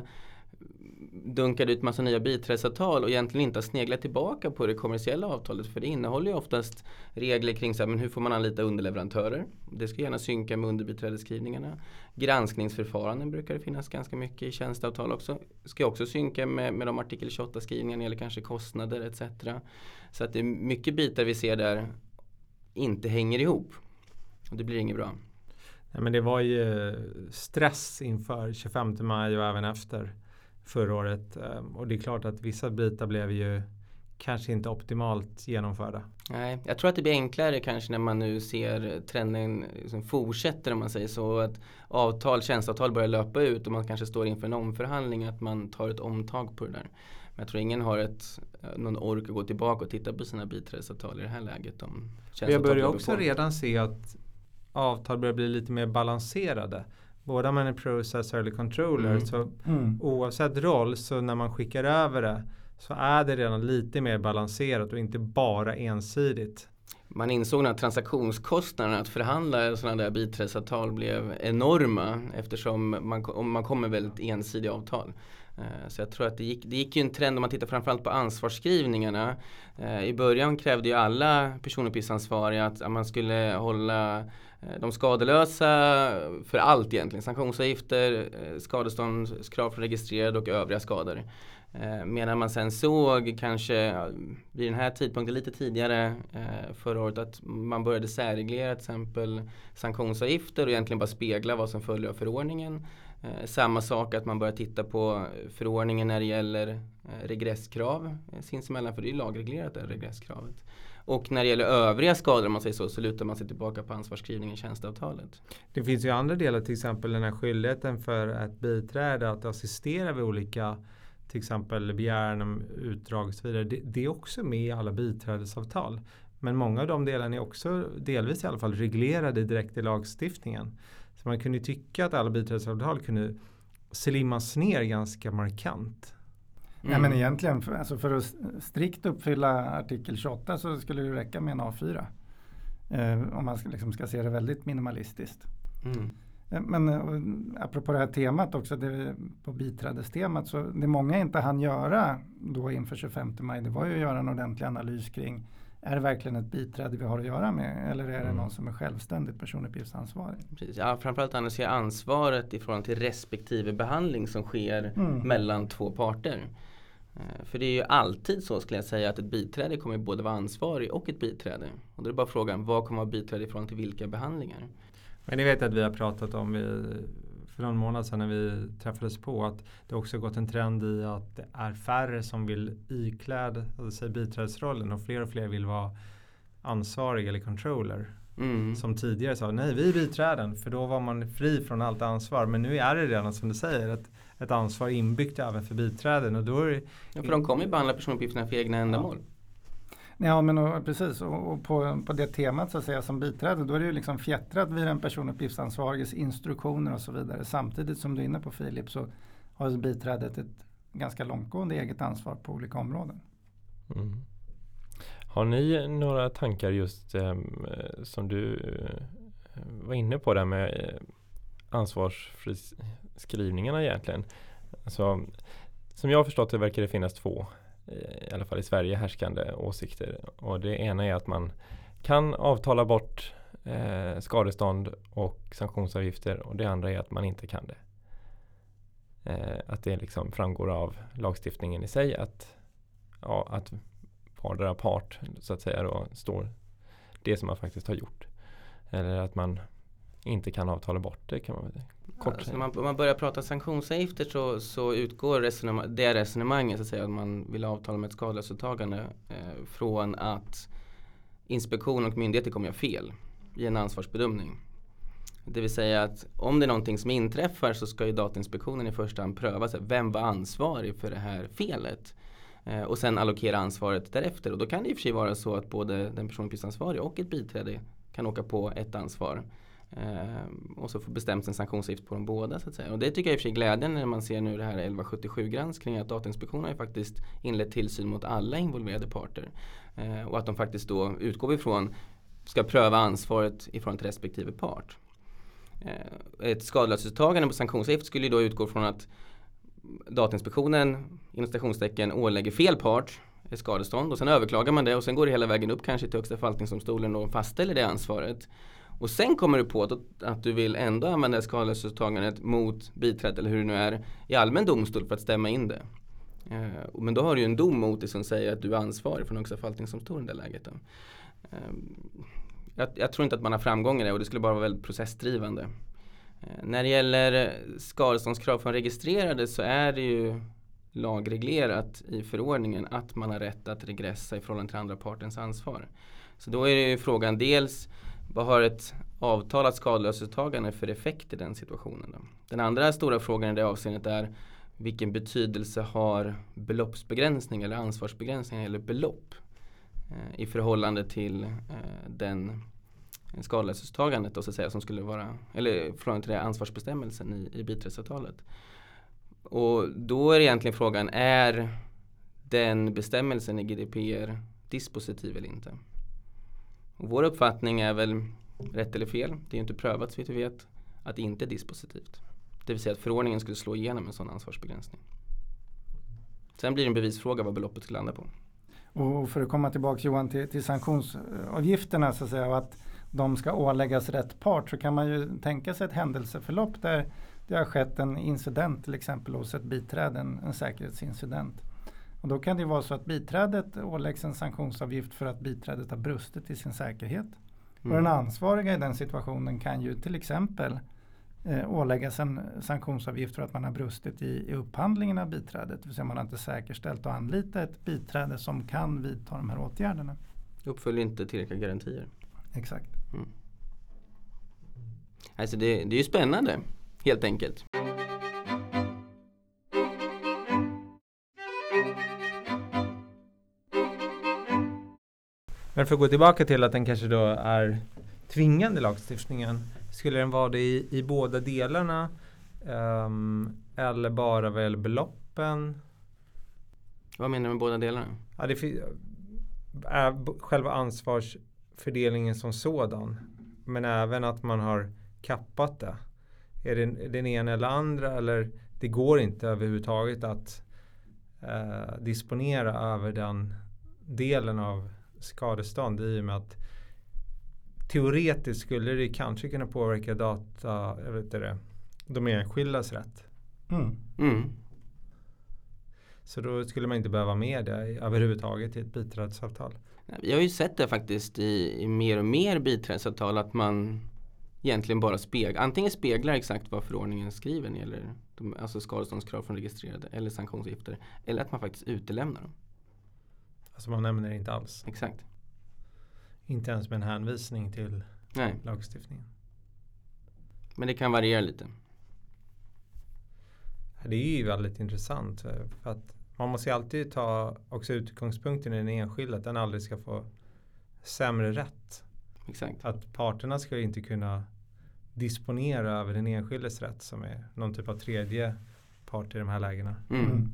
dunkade ut massa nya biträdesavtal och egentligen inte har sneglat tillbaka på det kommersiella avtalet, för det innehåller ju oftast regler kring så här, men hur får man anlita underleverantörer. Det ska gärna synka med underbiträdesskrivningarna. Granskningsförfaranden brukar det finnas ganska mycket i tjänsteavtal också. Ska också synka med, med de artikel tjugoåtta-skrivningarna eller kanske kostnader et cetera. Så att det är mycket bitar vi ser där inte hänger ihop. Och det blir inget bra. Nej, men det var ju stress inför tjugofemte maj och även efter förra året. Och det är klart att vissa bitar blev ju kanske inte optimalt genomförda. Nej, jag tror att det blir enklare kanske när man nu ser trenden liksom fortsätter, om man säger så, att avtal, tjänsteavtal börjar löpa ut och man kanske står inför en omförhandling, att man tar ett omtag på det där. Men jag tror ingen har ett, någon ork att gå tillbaka och titta på sina biträdesavtal i det här läget. Om Jag börjar också redan se att avtal börjar bli lite mer balanserade. Båda man är processor eller controller. Mm. Så Mm. oavsett roll, så när man skickar över det så är det redan lite mer balanserat och inte bara ensidigt. Man insåg att transaktionskostnaderna att förhandla sådana där biträdesavtal blev enorma, eftersom man, om man kommer väldigt ensidiga avtal. Så jag tror att det gick, det gick ju en trend om man tittar framförallt på ansvarsskrivningarna. I början krävde ju alla personuppgiftsansvariga att man skulle hålla de skadelösa för allt egentligen. Sanktionsavgifter, skadeståndskrav från registrerade och övriga skador. Medan man sen såg kanske vid den här tidpunkten lite tidigare förra året att man började särreglera till exempel sanktionsavgifter och egentligen bara spegla vad som följer av förordningen. Eh, samma sak att man börjar titta på förordningen när det gäller eh, regresskrav eh, sinsemellan, för det är ju lagreglerat det regresskravet. Och när det gäller övriga skador, om man säger så, så lutar man sig tillbaka på ansvarsskrivningen i tjänsteavtalet. Det finns ju andra delar, till exempel den här skyldigheten för ett biträde att assistera vid olika, till exempel begäran om utdrag och så vidare. Det, det är också med i alla biträdesavtal. Men många av de delarna är också delvis i alla fall reglerade direkt i lagstiftningen. Så man kunde tycka att alla biträdesavtal kunde slimmas ner ganska markant. Mm. Ja, men egentligen för, alltså för att strikt uppfylla artikel tjugoåtta så skulle det räcka med en A fyra. Eh, om man ska, liksom ska se det väldigt minimalistiskt. Mm. Eh, men och, apropå det här temat också, det, på biträdestemat, så det många inte hann göra då inför tjugofemte maj, det var ju att göra en ordentlig analys kring, är det verkligen ett biträde vi har att göra med, eller är det mm. någon som är självständigt personuppgiftsansvarig? Precis. Ja, framförallt analysera ansvaret i förhållande till respektive behandling som sker mm. mellan två parter. För det är ju alltid så, skulle jag säga, att ett biträde kommer både vara ansvarig och ett biträde. Och då är det bara frågan, vad kommer vara biträde i förhållande till vilka behandlingar? Men ni vet att vi har pratat om vi, för någon månad sedan när vi träffades på, att det också gått en trend i att det är färre som vill ikläda alltså biträdesrollen och fler och fler vill vara ansvarig eller controller. Mm. Som tidigare sa, nej vi är biträden, för då var man fri från allt ansvar. Men nu är det redan, som du säger, ett, ett ansvar inbyggt även för biträden. Och då är det, ja, för de kommer ju behandla personuppgifterna för egna ändamål. Ja, ja men och, precis. Och, och på, på det temat så att säga som biträde, då är det ju liksom fjättrat vid den personuppgiftsansvariges instruktioner och så vidare. Samtidigt som du är inne på, Filip, så har biträdet ett ganska långtgående eget ansvar på olika områden. Mm. Har ni några tankar just eh, som du eh, var inne på där med eh, ansvarsfriskrivningarna egentligen? Alltså, som jag har förstått det verkar det finnas två, eh, i alla fall i Sverige, härskande åsikter. Och det ena är att man kan avtala bort eh, skadestånd och sanktionsavgifter, och det andra är att man inte kan det. Eh, att det liksom framgår av lagstiftningen i sig att, ja, att vardera part så att säga då står det som man faktiskt har gjort. Eller att man inte kan avtala bort det, kan man väl kort ja, säga. Om man, om man börjar prata sanktionsavgifter så, så utgår resonemang, det resonemanget så att säga, att man vill avtala med ett skadelösåtagande eh, från att inspektion och myndigheter kommer göra fel i en ansvarsbedömning. Det vill säga att om det är någonting som inträffar så ska ju Datainspektionen i första hand pröva sig, vem var ansvarig för det här felet? Och sen allokera ansvaret därefter. Och då kan det i och för sig vara så att både den personuppgiftsansvarige och ett biträde kan åka på ett ansvar. Eh, och så får bestämt en sanktionsavgift på de båda så att säga. Och det tycker jag i och för sig är glädjande när man ser nu det här elva sjuttiosju-granskningen, att Datainspektionen har ju faktiskt inlett tillsyn mot alla involverade parter. Eh, och att de faktiskt då utgår ifrån ska pröva ansvaret ifrån till respektive part. Eh, ett skadelöshetstagande på sanktionsavgift skulle ju då utgå från att Datainspektionen inom stationstecken ålägger fel part ett skadestånd och sen överklagar man det och sen går det hela vägen upp kanske till högsta förvaltningsdomstolen och fastställer det ansvaret. Och sen kommer du på att, att du vill ändå använda skadelöshetstagandet mot biträde eller hur det nu är i allmän domstol för att stämma in det. Eh, men då har du ju en dom mot det som säger att du är ansvarig från högsta förvaltningsdomstolen i det läget. Då. Eh, jag, jag tror inte att man har framgång i det och det skulle bara vara väldigt processdrivande. När det gäller skadeståndskrav från registrerade så är det ju lagreglerat i förordningen att man har rätt att regressa i förhållande till andra partens ansvar. Så då är det ju frågan dels, vad har ett avtalat skadelöshetstagande för effekt i den situationen då? Den andra stora frågan i det avseendet är vilken betydelse har beloppsbegränsning eller ansvarsbegränsning eller belopp eh, i förhållande till eh, den skadelöshetstagandet då, så att säga, som skulle vara, eller från till det ansvarsbestämmelsen i, i biträdesavtalet. Och då är egentligen frågan, är den bestämmelsen i G D P R dispositiv eller inte? Och vår uppfattning är väl rätt eller fel. Det är ju inte prövat så vitt vi vet att det inte är dispositivt. Det vill säga att förordningen skulle slå igenom en sån ansvarsbegränsning. Sen blir det en bevisfråga vad beloppet skulle landa på. Och för att komma tillbaka Johan till, till sanktionsavgifterna så att säga, och att de ska åläggas rätt part, så kan man ju tänka sig ett händelseförlopp där det har skett en incident till exempel hos ett biträde, en, en säkerhetsincident. Och då kan det vara så att biträdet åläggs en sanktionsavgift för att biträdet har brustit i sin säkerhet. Mm. Och den ansvariga i den situationen kan ju till exempel eh, åläggas en sanktionsavgift för att man har brustit i, i upphandlingen av biträdet. Det vill säga man har inte säkerställt att anlita ett biträde som kan vidta de här åtgärderna. Uppföljer inte tillräckliga garantier. Exakt. Mm. Alltså det, det är ju spännande, helt enkelt. Men för att gå tillbaka till att den kanske då är tvingande lagstiftningen, skulle den vara det i, i båda delarna um, eller bara väl beloppen? Vad menar du med båda delarna? Ja, det fi- är b- själva ansvarsfördelningen som sådan, men även att man har kappat det. Är det den ena eller andra, eller det går inte överhuvudtaget att eh, disponera över den delen av skadestånd, i och med att teoretiskt skulle det kanske kunna påverka data, jag vet inte det, de enskildas rätt. Mm. Mm. Så då skulle man inte behöva med det överhuvudtaget i ett biträdesavtal. Vi har ju sett det faktiskt i, i mer och mer biträdesavtal att man egentligen bara speglar, antingen speglar exakt vad förordningen skriver när det gäller de, alltså skadeståndskrav från registrerade eller sanktionsavgifter, eller att man faktiskt utelämnar dem. Alltså man nämner det inte alls. Exakt. Inte ens med en hänvisning till Nej, lagstiftningen. men det kan variera lite. Det är ju väldigt intressant, för att man måste ju alltid ta också utgångspunkten i den enskilda, att den aldrig ska få sämre rätt. Exakt. Att parterna ska inte kunna disponera över den enskildes rätt, som är någon typ av tredje part i de här lägena. Mm. Mm.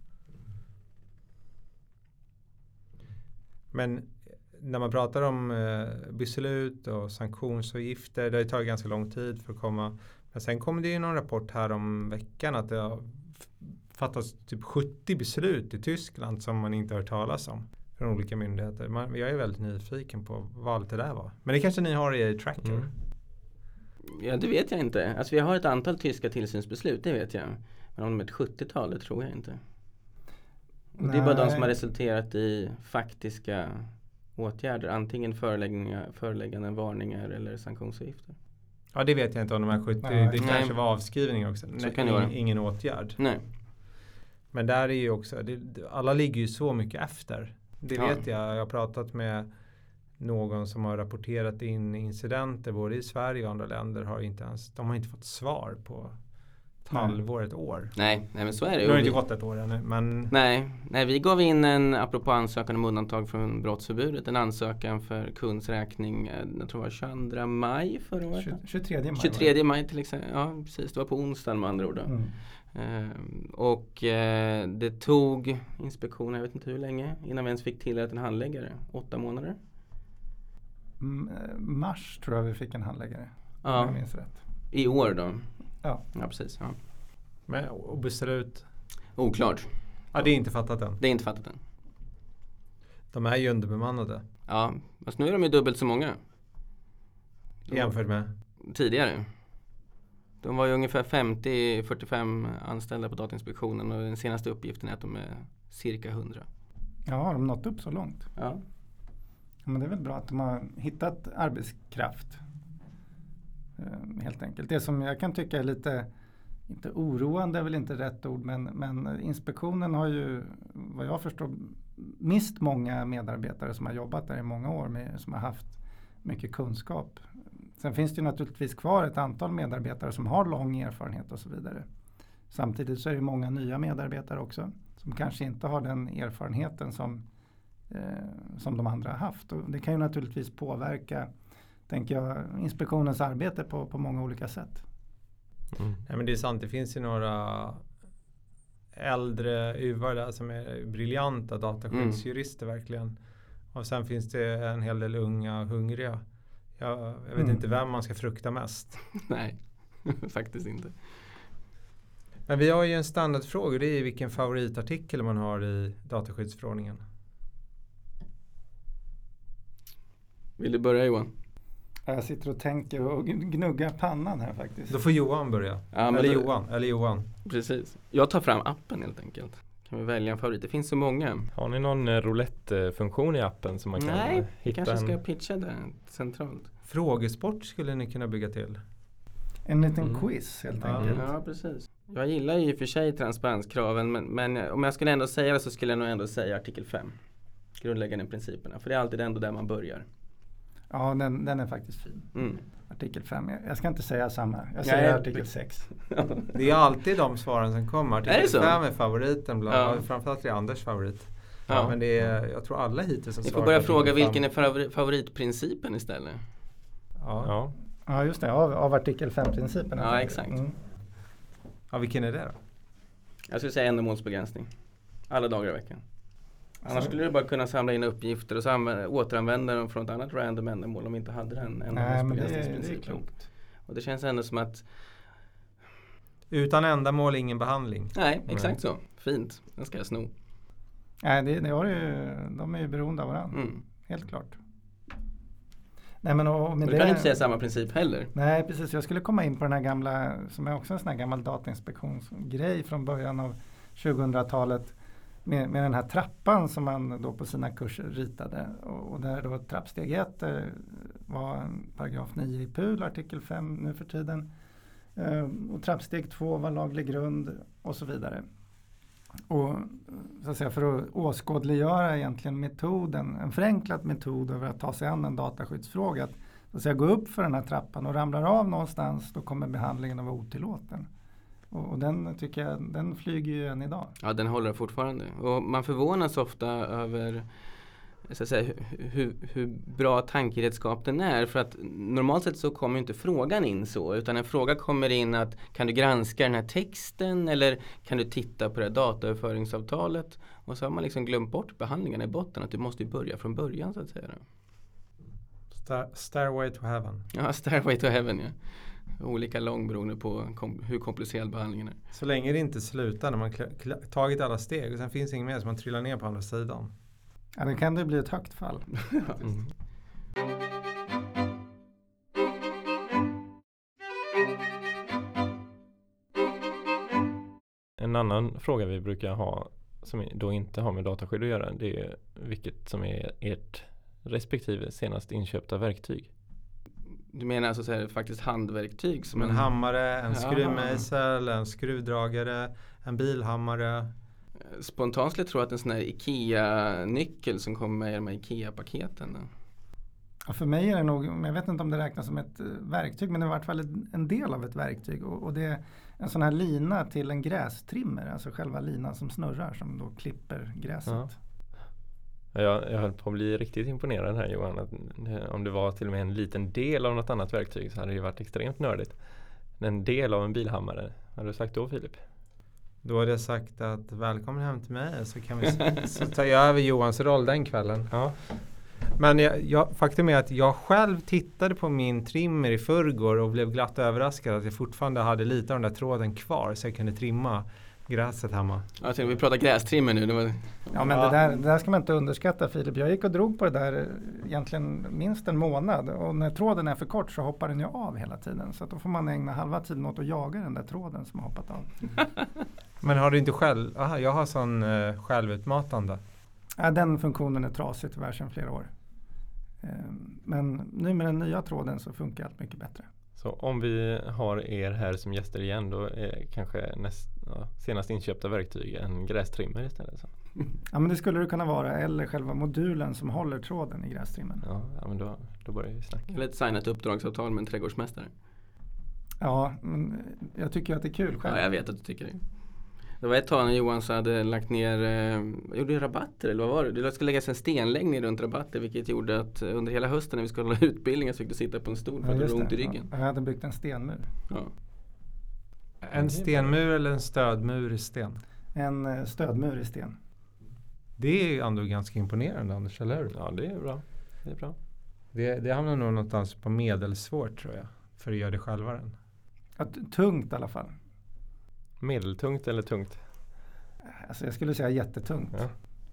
Men när man pratar om eh, beslut och sanktionsavgifter, det har ju tagit ganska lång tid för att komma. Men sen kom det ju någon rapport här om veckan att det har fattats typ sjuttio beslut i Tyskland som man inte har hört talas om från olika myndigheter. Man, jag är väldigt nyfiken på vad allt det där var. Men det kanske ni har i er tracker? Mm. Ja, det vet jag inte. Alltså vi har ett antal tyska tillsynsbeslut, det vet jag. Men om de är ett sjuttiotal, det tror jag inte. Och det är bara de som har resulterat i faktiska åtgärder. Antingen föreläggningar, förelägganden, varningar eller sanktionsavgifter. Ja, det vet jag inte om de här sjuttio. Nej. Det kanske Nej. var avskrivning också. Så kan det vara. Ingen åtgärd. Nej. Men där är ju också, det, alla ligger ju så mycket efter. Det Ja. vet jag. Jag har pratat med någon som har rapporterat in incidenter både i Sverige och andra länder. Har inte ens, de har inte fått svar på ett Nej. halvår, ett år. Nej, nej men så är det. Det har Och inte vi- gått ett år ännu, men Nej, nej, vi gav in en, apropå ansökan om undantag från brottsförbudet, en ansökan för kunds räkning, eh, jag tror det var tjugoandra maj förra året. tjugo- tjugotredje maj. tjugotredje maj till exempel, ja precis, det var på onsdagen med andra ord. Då. Mm. Eh, och eh, det tog inspektionen, jag vet inte hur länge, innan vi ens fick till en handläggare, åtta månader. Mm, eh, mars tror jag vi fick en handläggare. Om Ja, jag minns rätt. i år då. Ja. Ja, precis. Ja. men, och beslut. Oklart, Ja, det är inte fattat än. det är inte fattat än. De är ju underbemannade Ja, fast nu är de ju dubbelt så många. jämfört med. Tidigare. De var ju ungefär femtio till fyrtiofem anställda på Datainspektionen och den senaste uppgiften är att de är cirka hundra. Ja, har de nått upp så långt? Ja. Ja, men det är väl bra att de har hittat arbetskraft. Eh, helt enkelt. Det som jag kan tycka är lite, inte oroande är väl inte rätt ord, men, men inspektionen har ju, vad jag förstår, mist många medarbetare som har jobbat där i många år, med, som har haft mycket kunskap. Sen finns det ju naturligtvis kvar ett antal medarbetare som har lång erfarenhet och så vidare. Samtidigt så är det många nya medarbetare också som kanske inte har den erfarenheten som, eh, som de andra har haft. Och det kan ju naturligtvis påverka, tänker jag, inspektionens arbete på, på många olika sätt. Mm. Nej, men det är sant, det finns ju några äldre uvar där som är briljanta dataskyddsjurister verkligen. Och sen finns det en hel del unga och hungriga. Jag, jag vet Mm. inte vem man ska frukta mest. Nej, faktiskt inte. Men vi har ju en standardfråga, det är vilken favoritartikel man har i dataskyddsförordningen. Vill du börja Johan? Jag sitter och tänker och gnuggar pannan här faktiskt. Då får Johan börja. Ja, men eller då- Johan, eller Johan. Precis. Jag tar fram appen helt enkelt. Kan vi välja en favorit? Det finns så många. Har ni någon eh, roulette-funktion i appen som man kan Nej, eh, vi hitta kanske ska en... pitcha det centralt. Frågesport skulle ni kunna bygga till. En liten Mm. quiz helt Ja. enkelt. Ja, precis. Jag gillar ju i och för sig transparenskraven, men, men om jag skulle ändå säga det så skulle jag nog ändå säga artikel fem. Grundläggande principerna, för det är alltid ändå där man börjar. Ja, den, den är faktiskt fin. Mm. Artikel fem. Jag, jag ska inte säga samma. Jag säger Nej. artikel sex. Det är alltid de svaren som kommer. Är det Artikel så? fem är favoriten bland, Ja. ja. framförallt är Anders favorit. Ja. Men det är, jag tror alla hittills har Ni får svarat börja artikel fråga fem. vilken är favori- favoritprincipen istället. Ja. Ja. Ja, just det. Av, av artikel fem-principerna. Ja, exakt. Mm. ja, vilken är det då? Jag skulle säga ändamålsbegränsning. Alla dagar i veckan. Annars Så- skulle du bara kunna samla in uppgifter och så använda, återanvända dem från ett annat random ändamål om vi inte hade den Nej, men det, är- det är ändamålsbegränsningsprincipen. klokt. Och det känns ändå som att, Utan ändamål, ingen behandling. nej, exakt så. Fint. Den ska jag sno. Nej, det, det har ju, de är ju beroende av varandra. Mm. Helt klart. Nej, men och, och med Men du det, kan inte säga samma princip heller. Nej, precis. Jag skulle komma in på den här gamla, som är också en sån här gammal datainspektionsgrej från början av tjugohundratalet. Med, med den här trappan som man då på sina kurser ritade. Och, och där då trappsteg ett eh, var en paragraf nio i P U L, artikel fem nu för tiden. Eh, och trappsteg två var laglig grund och så vidare. Och så att säga, för att åskådliggöra egentligen metoden, en förenklad metod över att ta sig an en dataskyddsfråga. Att, så att säga, gå upp för den här trappan och ramlar av någonstans, då kommer behandlingen att vara otillåten. Och, och den tycker jag, den flyger ju än idag. Ja, den håller fortfarande. Och man förvånas ofta över så att säga, hur, hur, hur bra tankeredskap den är. För att normalt sett så kommer inte frågan in så. Utan en fråga kommer in att kan du granska den här texten eller kan du titta på det här dataöverföringsavtalet. Och så har man liksom glömt bort behandlingen i botten. Att du måste ju börja från början så att säga. Star, Stairway to Heaven. Ja, Stairway to Heaven, ja. Olika lång beroende på kom, hur komplicerad behandlingen är. Så länge det inte slutar när man kla, kla, tagit alla steg och sen finns inget mer så man trillar ner på andra sidan. Ja, det kan det bli ett högt fall. Mm. En annan fråga vi brukar ha som då inte har med dataskydd att göra, det är vilket som är ert respektive senast inköpta verktyg. Du menar alltså så här, faktiskt handverktyg? Som Som en hammare, en Ja. skruvmejsel, en skruvdragare, en bilhammare. Spontant skulle jag tro att en sån här IKEA-nyckel som kommer med i de här IKEA-paketen. då. Ja, för mig är det nog, jag vet inte om det räknas som ett eh, verktyg, men det är i vart fall ett- en del av ett verktyg. Och, och det är en sån här lina till en grästrimmer, alltså själva linan som snurrar som då klipper gräset. Ja. Jag, jag höll på att bli riktigt imponerad här Johan. Att, eh, om det var till och med en liten del av något annat verktyg så hade det ju varit extremt nördigt. En del av en bilhammare. Vad hade du sagt då Filip? Då hade jag sagt att välkommen hem till mig så kan vi så tar jag över Johans roll den kvällen. Ja. Men jag, jag, faktum är att jag själv tittade på min trimmer i förrgår och blev glatt överraskad att jag fortfarande hade lite av den där tråden kvar så jag kunde trimma gräset hemma. Jag tänkte, vi pratar grästrimmer nu. Det var, Ja, men Ja. Det, där, det där ska man inte underskatta Filip. Jag gick och drog på det där eh, egentligen minst en månad. Och när tråden är för kort så hoppar den ju av hela tiden. Så att då får man ägna halva tiden åt att jaga den där tråden som har hoppat av. Men har du inte själv? Aha, jag har sån uh, självutmatande. Ja, den funktionen är trasig tyvärr sedan flera år. Eh, Men nu med den nya tråden så funkar allt mycket bättre. Så om vi har er här som gäster igen då är kanske näst, ja, senast inköpta verktyg en grästrimmer istället. Så. Ja, men det skulle det kunna vara. Eller själva modulen som håller tråden i grästrimmen. Ja, ja, men då, då börjar vi snacka. eller ett signat uppdragsavtal med en trädgårdsmästare. Ja, men jag tycker att det är kul själv. Ja, jag vet att du tycker det. Det var ett tag när Johan så hade lagt ner, eh, gjorde rabatter eller vad var det? Det skulle läggas en stenläggning runt rabatter vilket gjorde att under hela hösten när vi skulle hålla utbildningar så fick du sitta på en stol för Ja, att du just hade ont i det. ryggen. Ja, jag hade byggt en stenmur. Ja. En stenmur eller en stödmur i sten? En eh, stödmur i sten. Det är ändå ganska imponerande Anders, eller hur? Ja, det är bra. Det är bra. Det, det hamnar nog någonstans på medelsvårt tror jag. För att göra det själva den. Ja, t- tungt i alla fall. Medeltungt eller tungt? Alltså jag skulle säga jättetungt. Ja.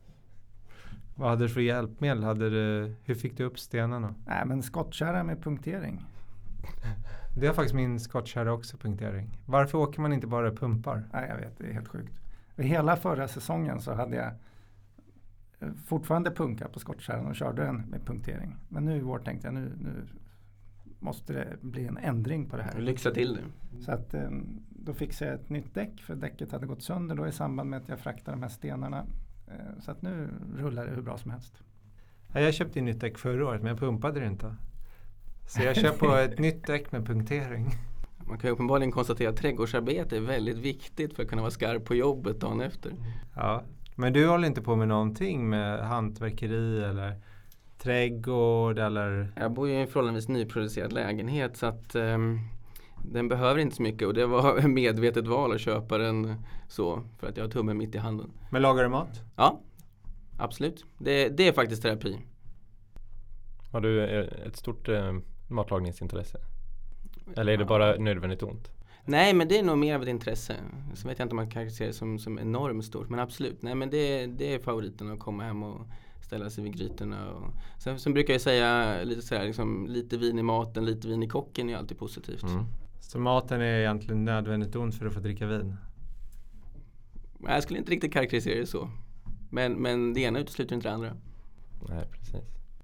Vad hade du för hjälpmedel? Hade du, hur fick du upp stenarna? Nej, men skottkärra med punktering. Det har faktiskt min skottkärra också punktering. Varför åker man inte bara och pumpar? Nej, jag vet, det är helt sjukt. Och hela förra säsongen så hade jag eh, fortfarande punka på skottkärran och körde den med punktering. Men nu i vår tänkte jag nu, nu måste det bli en ändring på det här. Lyxa till det. Så att eh, då fixade jag ett nytt däck, för däcket hade gått sönder då i samband med att jag fraktade de här stenarna. Eh, så att nu rullar det hur bra som helst. Ja, jag köpte ett nytt däck förra året men jag pumpade det inte. Så jag kör på ett nytt däck med punktering. Man kan ju uppenbarligen konstatera att trädgårdsarbete är väldigt viktigt för att kunna vara skarp på jobbet dagen efter. Ja, men du håller inte på med någonting med hantverkeri eller trädgård eller? Jag bor ju i en förhållandevis nyproducerad lägenhet så att um, den behöver inte så mycket och det var ett medvetet val att köpa den så för att jag har tummen mitt i handen. Men lagar du mat? Ja, absolut. Det, det är faktiskt terapi. Har du ett stort eh, matlagningsintresse? Eller är det bara nödvändigt ont? Nej, men det är nog mer av ett intresse. Så vet jag inte om man karaktäriserar det som, som enormt stort. Men absolut, nej men det, det är favoriten att komma hem och ställa sig vid grytorna. Och, sen, sen brukar jag säga lite sådär, liksom, lite vin i maten, lite vin i kocken är alltid positivt. Mm. Så maten är egentligen nödvändigt ont för att få dricka vin? Jag skulle inte riktigt karaktärisera det så. Men, men det ena utesluter inte det andra. Nej, precis.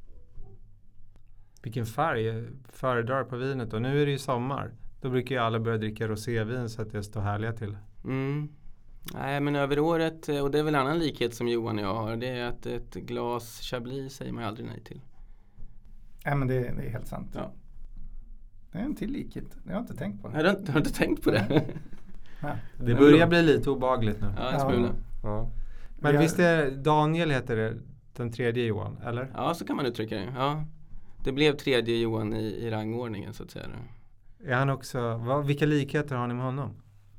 Vilken färg föredrar på vinet? Och nu är det ju sommar. Då brukar ju alla börja dricka rosévin så att det står härliga till. Mm. Nej, men över året, och det är väl en annan likhet som Johan och jag har, det är att ett glas Chablis säger man ju aldrig nej till. Ja, men det, det är helt sant. Ja. Det är en till likhet. Jag har inte tänkt på det. Nej, du har inte, har du inte tänkt på det? Ja. Det börjar bli lite obehagligt nu. Ja, en smula. Ja. Men Jag- visst är Daniel heter det den tredje Johan, eller? Ja, så kan man uttrycka det. Ja. Det blev tredje Johan i, i rangordningen så att säga. Är han också, vad, vilka likheter har ni med honom?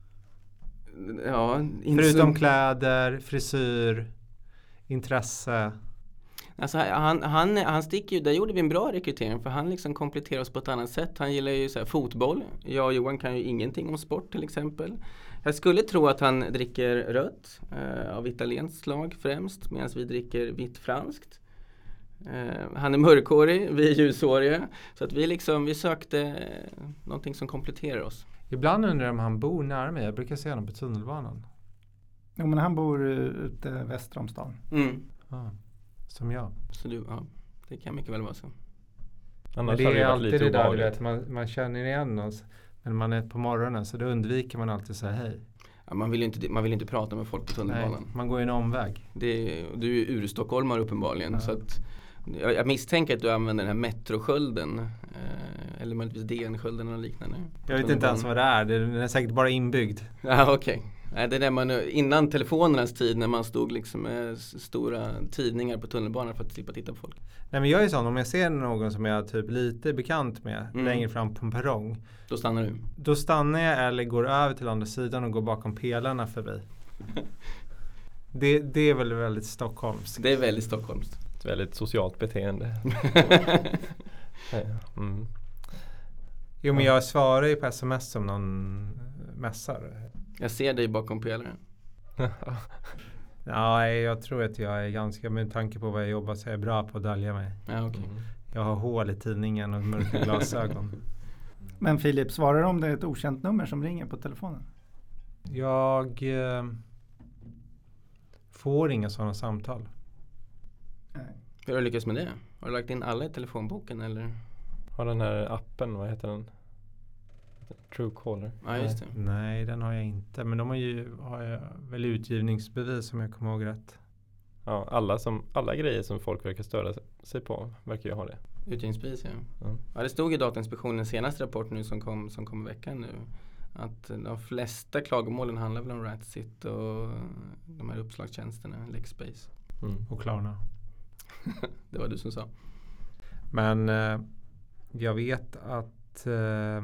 Ja, inte Förutom så- kläder, frisyr, intresse. Alltså han, han, han sticker ju, där gjorde vi en bra rekrytering för han liksom kompletterar oss på ett annat sätt. Han gillar ju så här fotboll. Jag och Johan kan ju ingenting om sport till exempel. Jag skulle tro att han dricker rött eh, av italienskt slag främst medan vi dricker vitt franskt. Eh, han är mörkhårig, vi är ljushåriga. Så att vi liksom, vi sökte eh, någonting som kompletterar oss. Ibland undrar jag om han bor nära mig. Jag brukar se honom på tunnelbanan. Jo, men han bor uh, ute väster om stan. Mm. Ah, som jag. Så du, ja, det kan mycket väl vara så. Men Annars det hade är varit alltid lite det där, du obehagligt. vet, man, man känner igen oss. Men man är på morgonen så då undviker man alltid säga hej. Ja, man vill ju inte, man vill inte prata med folk på tunnelbanan. Nej, man går en omväg. Det, du är urstockholmare uppenbarligen. Ja. Så att, jag, jag misstänker att du använder den här metroskölden. Eh, eller möjligtvis D N-skölden eller liknande. Jag vet inte ens vad det är. Den är säkert bara inbyggd. Ja, okej. Okay. Nej, det är där man, innan telefonernas tid när man stod liksom med s- stora tidningar på tunnelbanan för att slippa titta på folk. Nej, men jag är sån, om jag ser någon som jag är typ lite bekant med Mm. längre fram på en perrong. Då stannar du. Då stannar jag eller går över till andra sidan och går bakom pelarna förbi. det, det är väl väldigt stockholmskt. Det är väldigt stockholmskt. Ett väldigt socialt beteende. Mm. Jo, men jag svarar ju på sms som någon mässar. Jag ser dig bakom pelaren. Ja, jag tror att jag är ganska, med tanke på vad jag jobbar så är jag bra på att dölja mig. Ja, okej. Mm. Jag har hål i tidningen och mörka glasögon. Men Filip, svarar om det är ett okänt nummer som ringer på telefonen? Jag eh, får inga sådana samtal. Nej. Hur har du lyckats med det? Har du lagt in alla i telefonboken eller? Har den här appen, vad heter den? Truecaller. Ja, just det. Nej, den har jag inte. Men de har ju har jag väl utgivningsbevis om jag kommer ihåg rätt. Ja, alla, som, alla grejer som folk verkar störa sig på verkar ju ha det. Utgivningsbevis, ja. Ja. Ja, det stod i Datainspektionens senaste rapport nu som kom, som kom i veckan nu. Att de flesta klagomålen handlar väl om Ratsit och de här uppslagstjänsterna, Lexbase. Mm. Och Klarna. Det var du som sa. Men eh, jag vet att eh,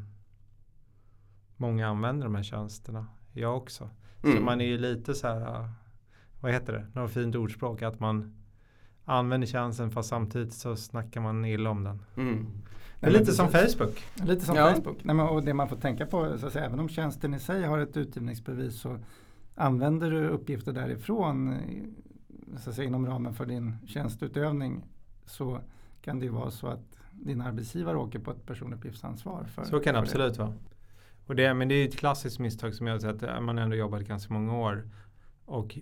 många använder de här tjänsterna. Jag också. Så Mm. man är ju lite så här, uh, vad heter det? Något fint ordspråk. Att man använder tjänsten fast samtidigt så snackar man illa om den. Mm. Det är Nej, lite men som precis. Facebook. Lite som Ja. Facebook. Nej, men, och det man får tänka på, så att säga, även om tjänsten i sig har ett utgivningsbevis så använder du uppgifter därifrån så att säga, inom ramen för din tjänstutövning, så kan det ju vara så att din arbetsgivare åker på ett personuppgiftsansvar. För, Så kan det för absolut vara. Och det, men det är ju ett klassiskt misstag som jag har sett att man ändå jobbat ganska många år. Och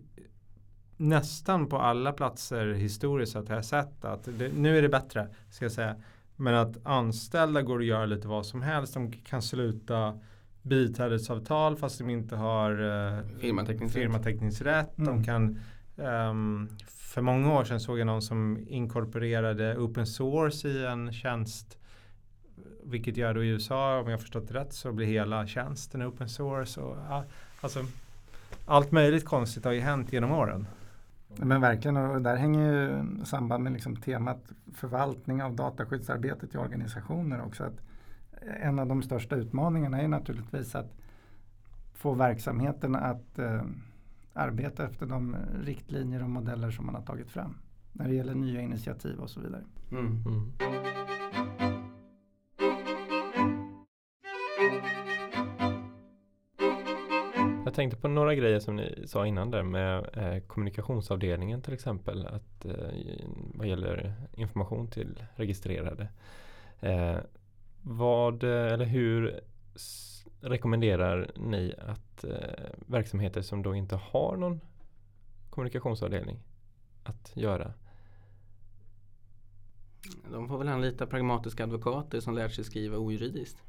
nästan på alla platser historiskt sett har jag sett att det, nu är det bättre, ska jag säga. Men att anställda går att göra lite vad som helst. De kan sluta biträdesavtal fast de inte har uh, firmateckningsrätt. firmateckningsrätt. Mm. De kan, um, för många år sedan såg jag någon som inkorporerade open source i en tjänst. Vilket gör då i U S A, om jag har förstått det rätt, så blir hela tjänsten open source. Och, ja, alltså, allt möjligt konstigt har ju hänt genom åren. Men verkligen, och där hänger ju samband med liksom temat förvaltning av dataskyddsarbetet i organisationer också. Att en av de största utmaningarna är naturligtvis att få verksamheten att eh, arbeta efter de riktlinjer och modeller som man har tagit fram. När det gäller nya initiativ och så vidare. Mm. Mm. Jag tänkte på några grejer som ni sa innan där med eh, kommunikationsavdelningen till exempel. Att, eh, vad gäller information till registrerade. Eh, vad eller hur s- rekommenderar ni att eh, verksamheter som då inte har någon kommunikationsavdelning att göra? De får väl anlita pragmatiska advokater som lärt sig skriva ojuridiskt.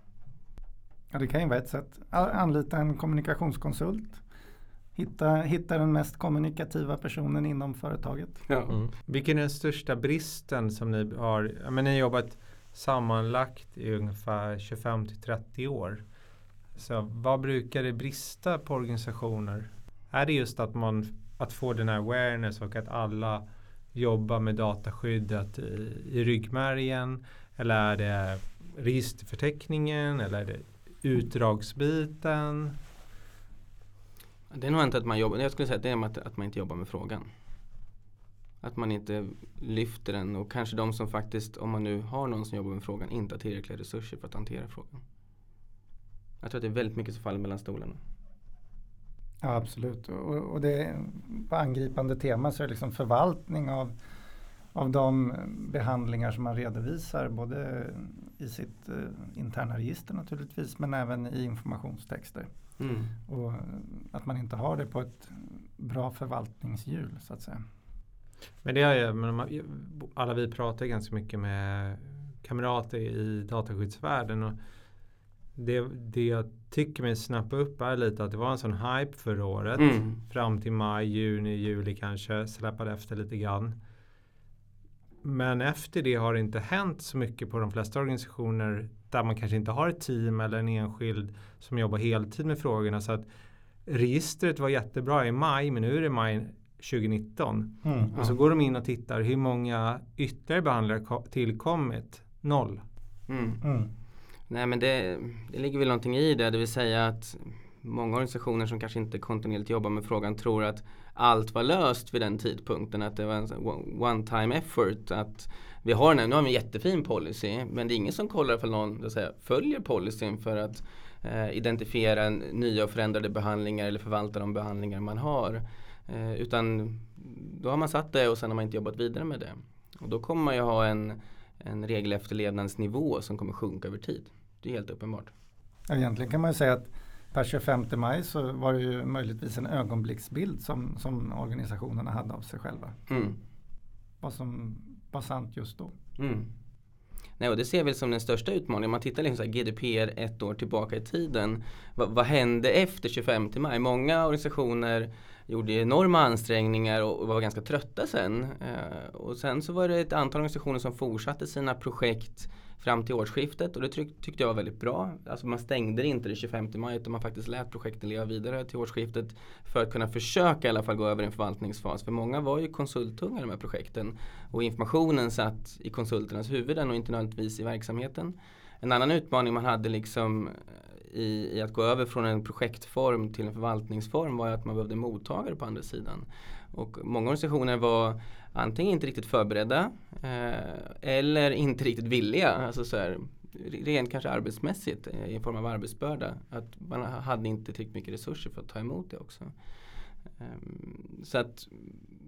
Ja, det kan ju vara ett sätt. Anlita en kommunikationskonsult. Hitta, hitta den mest kommunikativa personen inom företaget. Ja. Mm. Vilken är den största bristen som ni har? Ja, men ni har jobbat sammanlagt i ungefär tjugofem till trettio år. Så vad brukar det brista på organisationer? Är det just att man att få den här awareness och att alla jobbar med dataskyddet i, i ryggmärgen? Eller är det registerförteckningen? Eller är det utdragsbiten? Det är nog inte att man jobbar, jag skulle säga att det är att, att man inte jobbar med frågan. Att man inte lyfter den och kanske de som faktiskt, om man nu har någon som jobbar med frågan, inte har tillräckliga resurser för att hantera frågan. Jag tror att det är väldigt mycket som faller mellan stolarna. Ja, absolut. Och, och det är på angripande tema så är det liksom förvaltning av, av de behandlingar som man redovisar både i sitt eh, interna register naturligtvis men även i informationstexter. Mm. Och att man inte har det på ett bra förvaltningshjul så att säga. Men det är men man, alla vi pratar ganska mycket med kamrater i dataskyddsvärlden och det, det jag tycker mig snappa upp är lite att det var en sån hype förra året Mm. fram till maj, juni, juli kanske släppade efter lite grann. Men efter det har det inte hänt så mycket på de flesta organisationer där man kanske inte har ett team eller en enskild som jobbar heltid med frågorna. Så att registret var jättebra i maj, men nu är det maj tjugonitton. Mm. Och så går de in och tittar hur många ytterligare behandlare ko- tillkommit. Noll. Mm. Mm. Nej, men det, det ligger väl någonting i det, det vill säga att många organisationer som kanske inte kontinuerligt jobbar med frågan tror att allt var löst vid den tidpunkten, att det var en one time effort, att vi har en, nu har vi en jättefin policy, men det är ingen som kollar för någon så att säga, följer policyn för att eh, identifiera nya och förändrade behandlingar eller förvalta de behandlingar man har, eh, utan då har man satt det och sen har man inte jobbat vidare med det, och då kommer man ju ha en, en regelefterlevnadsnivå som kommer sjunka över tid. Det är helt uppenbart. Egentligen kan man ju säga att per tjugofemte maj så var det ju möjligtvis en ögonblicksbild som, som organisationerna hade av sig själva. Mm. Vad som var sant just då. Mm. Nej, och det ser vi som den största utmaningen. Man tittar liksom så här G D P R ett år tillbaka i tiden. Va, vad hände efter tjugofemte maj? Många organisationer gjorde enorma ansträngningar och, och var ganska trötta sen. Eh, och sen så var det ett antal organisationer som fortsatte sina projekt fram till årsskiftet, och det tyck, tyckte jag var väldigt bra. Alltså man stängde inte det tjugofemte maj utan man faktiskt lät projekten leva vidare till årsskiftet för att kunna försöka i alla fall gå över i en förvaltningsfas. För många var ju konsulttunga de här projekten och informationen satt i konsulternas huvuden och inte nödvändigtvis i verksamheten. En annan utmaning man hade liksom i, i att gå över från en projektform till en förvaltningsform var att man behövde mottagare på andra sidan. Och många organisationer var antingen inte riktigt förberedda eh, eller inte riktigt villiga, alltså så här, rent kanske arbetsmässigt eh, i form av arbetsbörda, att man hade inte tillräckligt mycket resurser för att ta emot det också. Eh, så att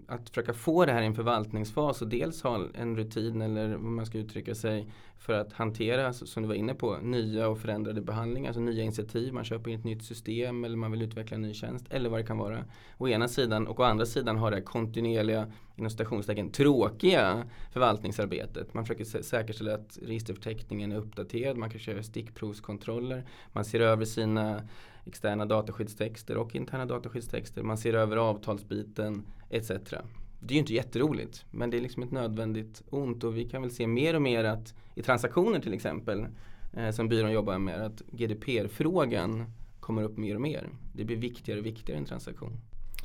att försöka få det här i en förvaltningsfas och dels ha en rutin eller vad man ska uttrycka sig för att hantera, som du var inne på, nya och förändrade behandlingar, alltså nya initiativ, man köper in ett nytt system eller man vill utveckla en ny tjänst eller vad det kan vara. Å ena sidan och å andra sidan har det kontinuerliga, inom stationstecken, tråkiga förvaltningsarbetet. Man försöker sä- säkerställa att registerförteckningen är uppdaterad, man kan köra stickprovskontroller, man ser över sina externa dataskyddstexter och interna dataskyddstexter, man ser över avtalsbiten et cetera. Det är ju inte jätteroligt, men det är liksom ett nödvändigt ont och vi kan väl se mer och mer att i transaktioner till exempel, eh, som byrån jobbar med, att G D P R-frågan kommer upp mer och mer. Det blir viktigare och viktigare i en transaktion.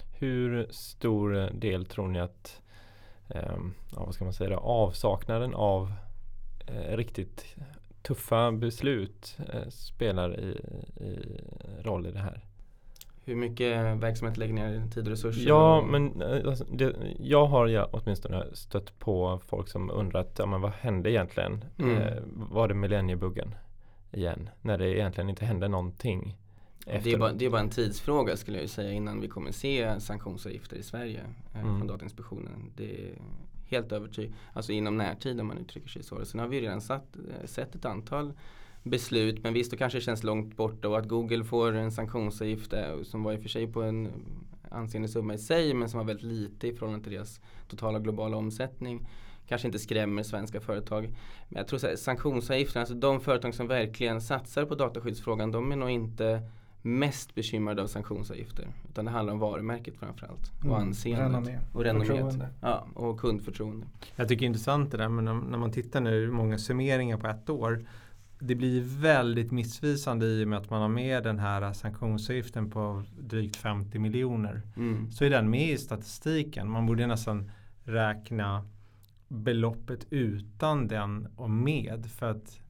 Hur stor del tror ni att eh, ja, vad ska man säga, avsaknaden av eh, riktigt tuffa beslut eh, spelar i, i roll i det här? Hur mycket verksamhet lägger ner tid och resurser? Ja, och... men alltså, det, jag har ja, åtminstone stött på folk som undrat, ja, men vad hände egentligen? Mm. Eh, var det millenniebuggen igen? När det egentligen inte hände någonting. Det är, bara, det är bara en tidsfråga skulle jag säga innan vi kommer se sanktionsavgifter i Sverige eh, mm. från Datainspektionen. Det är helt övertygad, alltså inom närtid om man uttrycker sig så. Sen har vi redan satt, sett ett antal beslut, men visst då kanske det känns långt borta och att Google får en sanktionsavgift som var i och för sig på en ansenlig summa i sig men som var väldigt lite i förhållande till deras totala globala omsättning kanske inte skrämmer svenska företag. Men jag tror att sanktionsavgifterna, alltså de företag som verkligen satsar på dataskyddsfrågan, de är nog inte mest bekymrade av sanktionsavgifter, utan det handlar om varumärket framförallt och Mm, anseendet renommé. och renommet. Förtroende. Ja, och kundförtroende. Jag tycker det är intressant det där, men när, när man tittar nu många summeringar på ett år, det blir väldigt missvisande i och med att man har med den här sanktionsavgiften på drygt femtio miljoner. Mm. Så är den med i statistiken. Man borde nästan räkna beloppet utan den och med, för att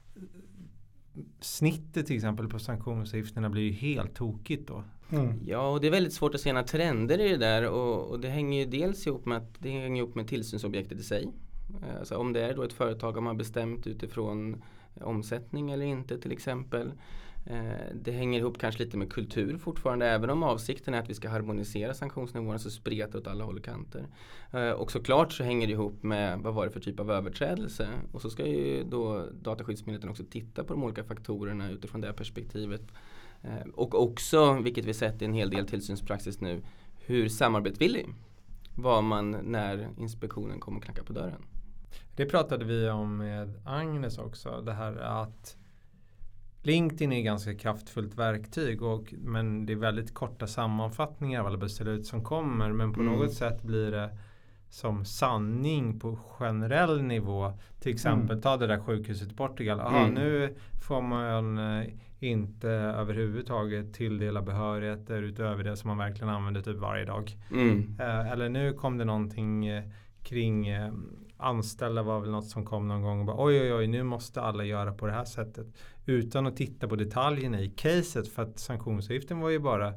snittet till exempel på sanktionsavgifterna blir ju helt tokigt då. Mm. Ja, och det är väldigt svårt att se några trender i det där och, och det hänger ju dels ihop med att det hänger ihop med tillsynsobjektet i sig. Alltså om det är då ett företag som har bestämt utifrån omsättning eller inte till exempel. Eh, det hänger ihop kanske lite med kultur fortfarande, även om avsikten är att vi ska harmonisera sanktionsnivåerna så spretar åt alla håll och kanter. Eh, och såklart så hänger det ihop med vad var det för typ av överträdelse. Och så ska ju då Dataskyddsmyndigheten också titta på de olika faktorerna utifrån det här perspektivet. Eh, och också, vilket vi sett i en hel del tillsynspraxis nu, hur samarbetsvillig var man när inspektionen kom och knackade på dörren. Det pratade vi om med Agnes också. Det här att LinkedIn är ett ganska kraftfullt verktyg, och, men det är väldigt korta sammanfattningar av alla beslut som kommer. Men på mm. något sätt blir det som sanning på generell nivå. Till exempel mm. ta det där sjukhuset i Portugal. Aha, mm. Nu får man eh, inte överhuvudtaget tilldela behörigheter utöver det som man verkligen använder typ varje dag. Mm. Eh, eller nu kom det någonting eh, kring eh, anställda, var väl något som kom någon gång och bara oj oj oj, nu måste alla göra på det här sättet utan att titta på detaljerna i caset, för att sanktionsavgiften var ju bara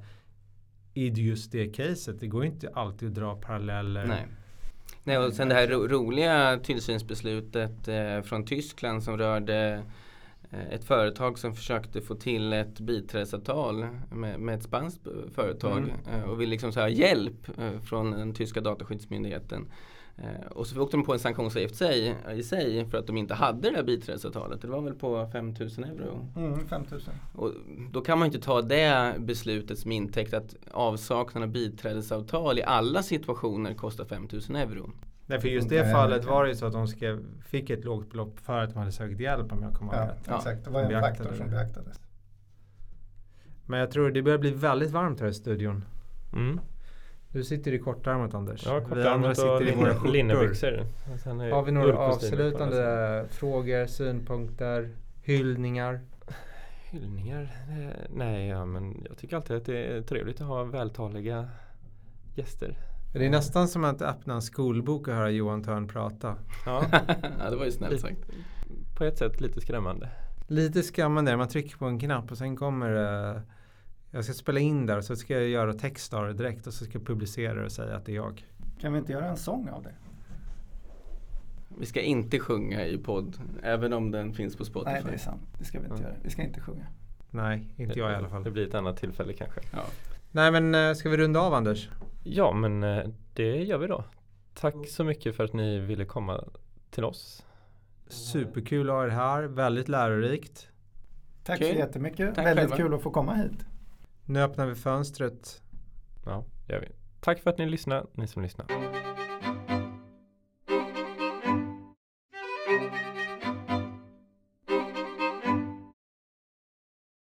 i just det caset. Det går inte alltid att dra paralleller. Nej. Nej, och sen det här ro- roliga tillsynsbeslutet eh, från Tyskland som rörde eh, ett företag som försökte få till ett biträdesavtal med, med ett spanskt företag mm. eh, och vill liksom så här hjälp eh, från den tyska dataskyddsmyndigheten. Eh, och så åkte de på en sanktionsavgift sig, i sig för att de inte hade det här biträdesavtalet. Det var väl på fem tusen euro. Mm, fem tusen. Och då kan man inte ta det beslutet som intäkt att avsaknad av biträdesavtal i alla situationer kostar fem tusen euro. Därför just det fallet var det ju så att de skrev, fick ett lågt belopp för att de hade sökt hjälp, om jag kommer ihåg ja, rätt. Ja, exakt. Det var en faktor som beaktades. Men jag tror det börjar bli väldigt varmt här i studion. Mm. Du sitter i kortärmat, Anders. Ja, Vi andra sitter i våra skjortor. Linnebyxor. Har vi några avslutande frågor, synpunkter, hyllningar? Hyllningar? Eh, nej, ja, men jag tycker alltid att det är trevligt att ha vältaliga gäster. Det är nästan som att öppna en skolbok och höra Johan Törn prata. Ja, ja det var ju snällt sagt. På ett sätt lite skrämmande. Lite skrämmande. Man trycker på en knapp och sen kommer uh, jag ska spela in där, så ska jag göra text av det direkt och så ska jag publicera det och säga att det är jag. Kan vi inte göra en sång av det? Vi ska inte sjunga i podd, även om den finns på Spotify. Nej, det är sant. Det ska vi inte mm. göra. Vi ska inte sjunga. Nej, inte jag i alla fall. Det blir ett annat tillfälle kanske. Ja. Nej, men uh, ska vi runda av, Anders? Ja, men eh, det gör vi då. Tack så mycket för att ni ville komma till oss. Superkul att ha er här, väldigt lärorikt. Tack Kul. så jättemycket. Tack Väldigt själva. kul att få komma hit. Nu öppnar vi fönstret. Ja, det gör vi. Tack för att ni lyssnade, ni som lyssnar.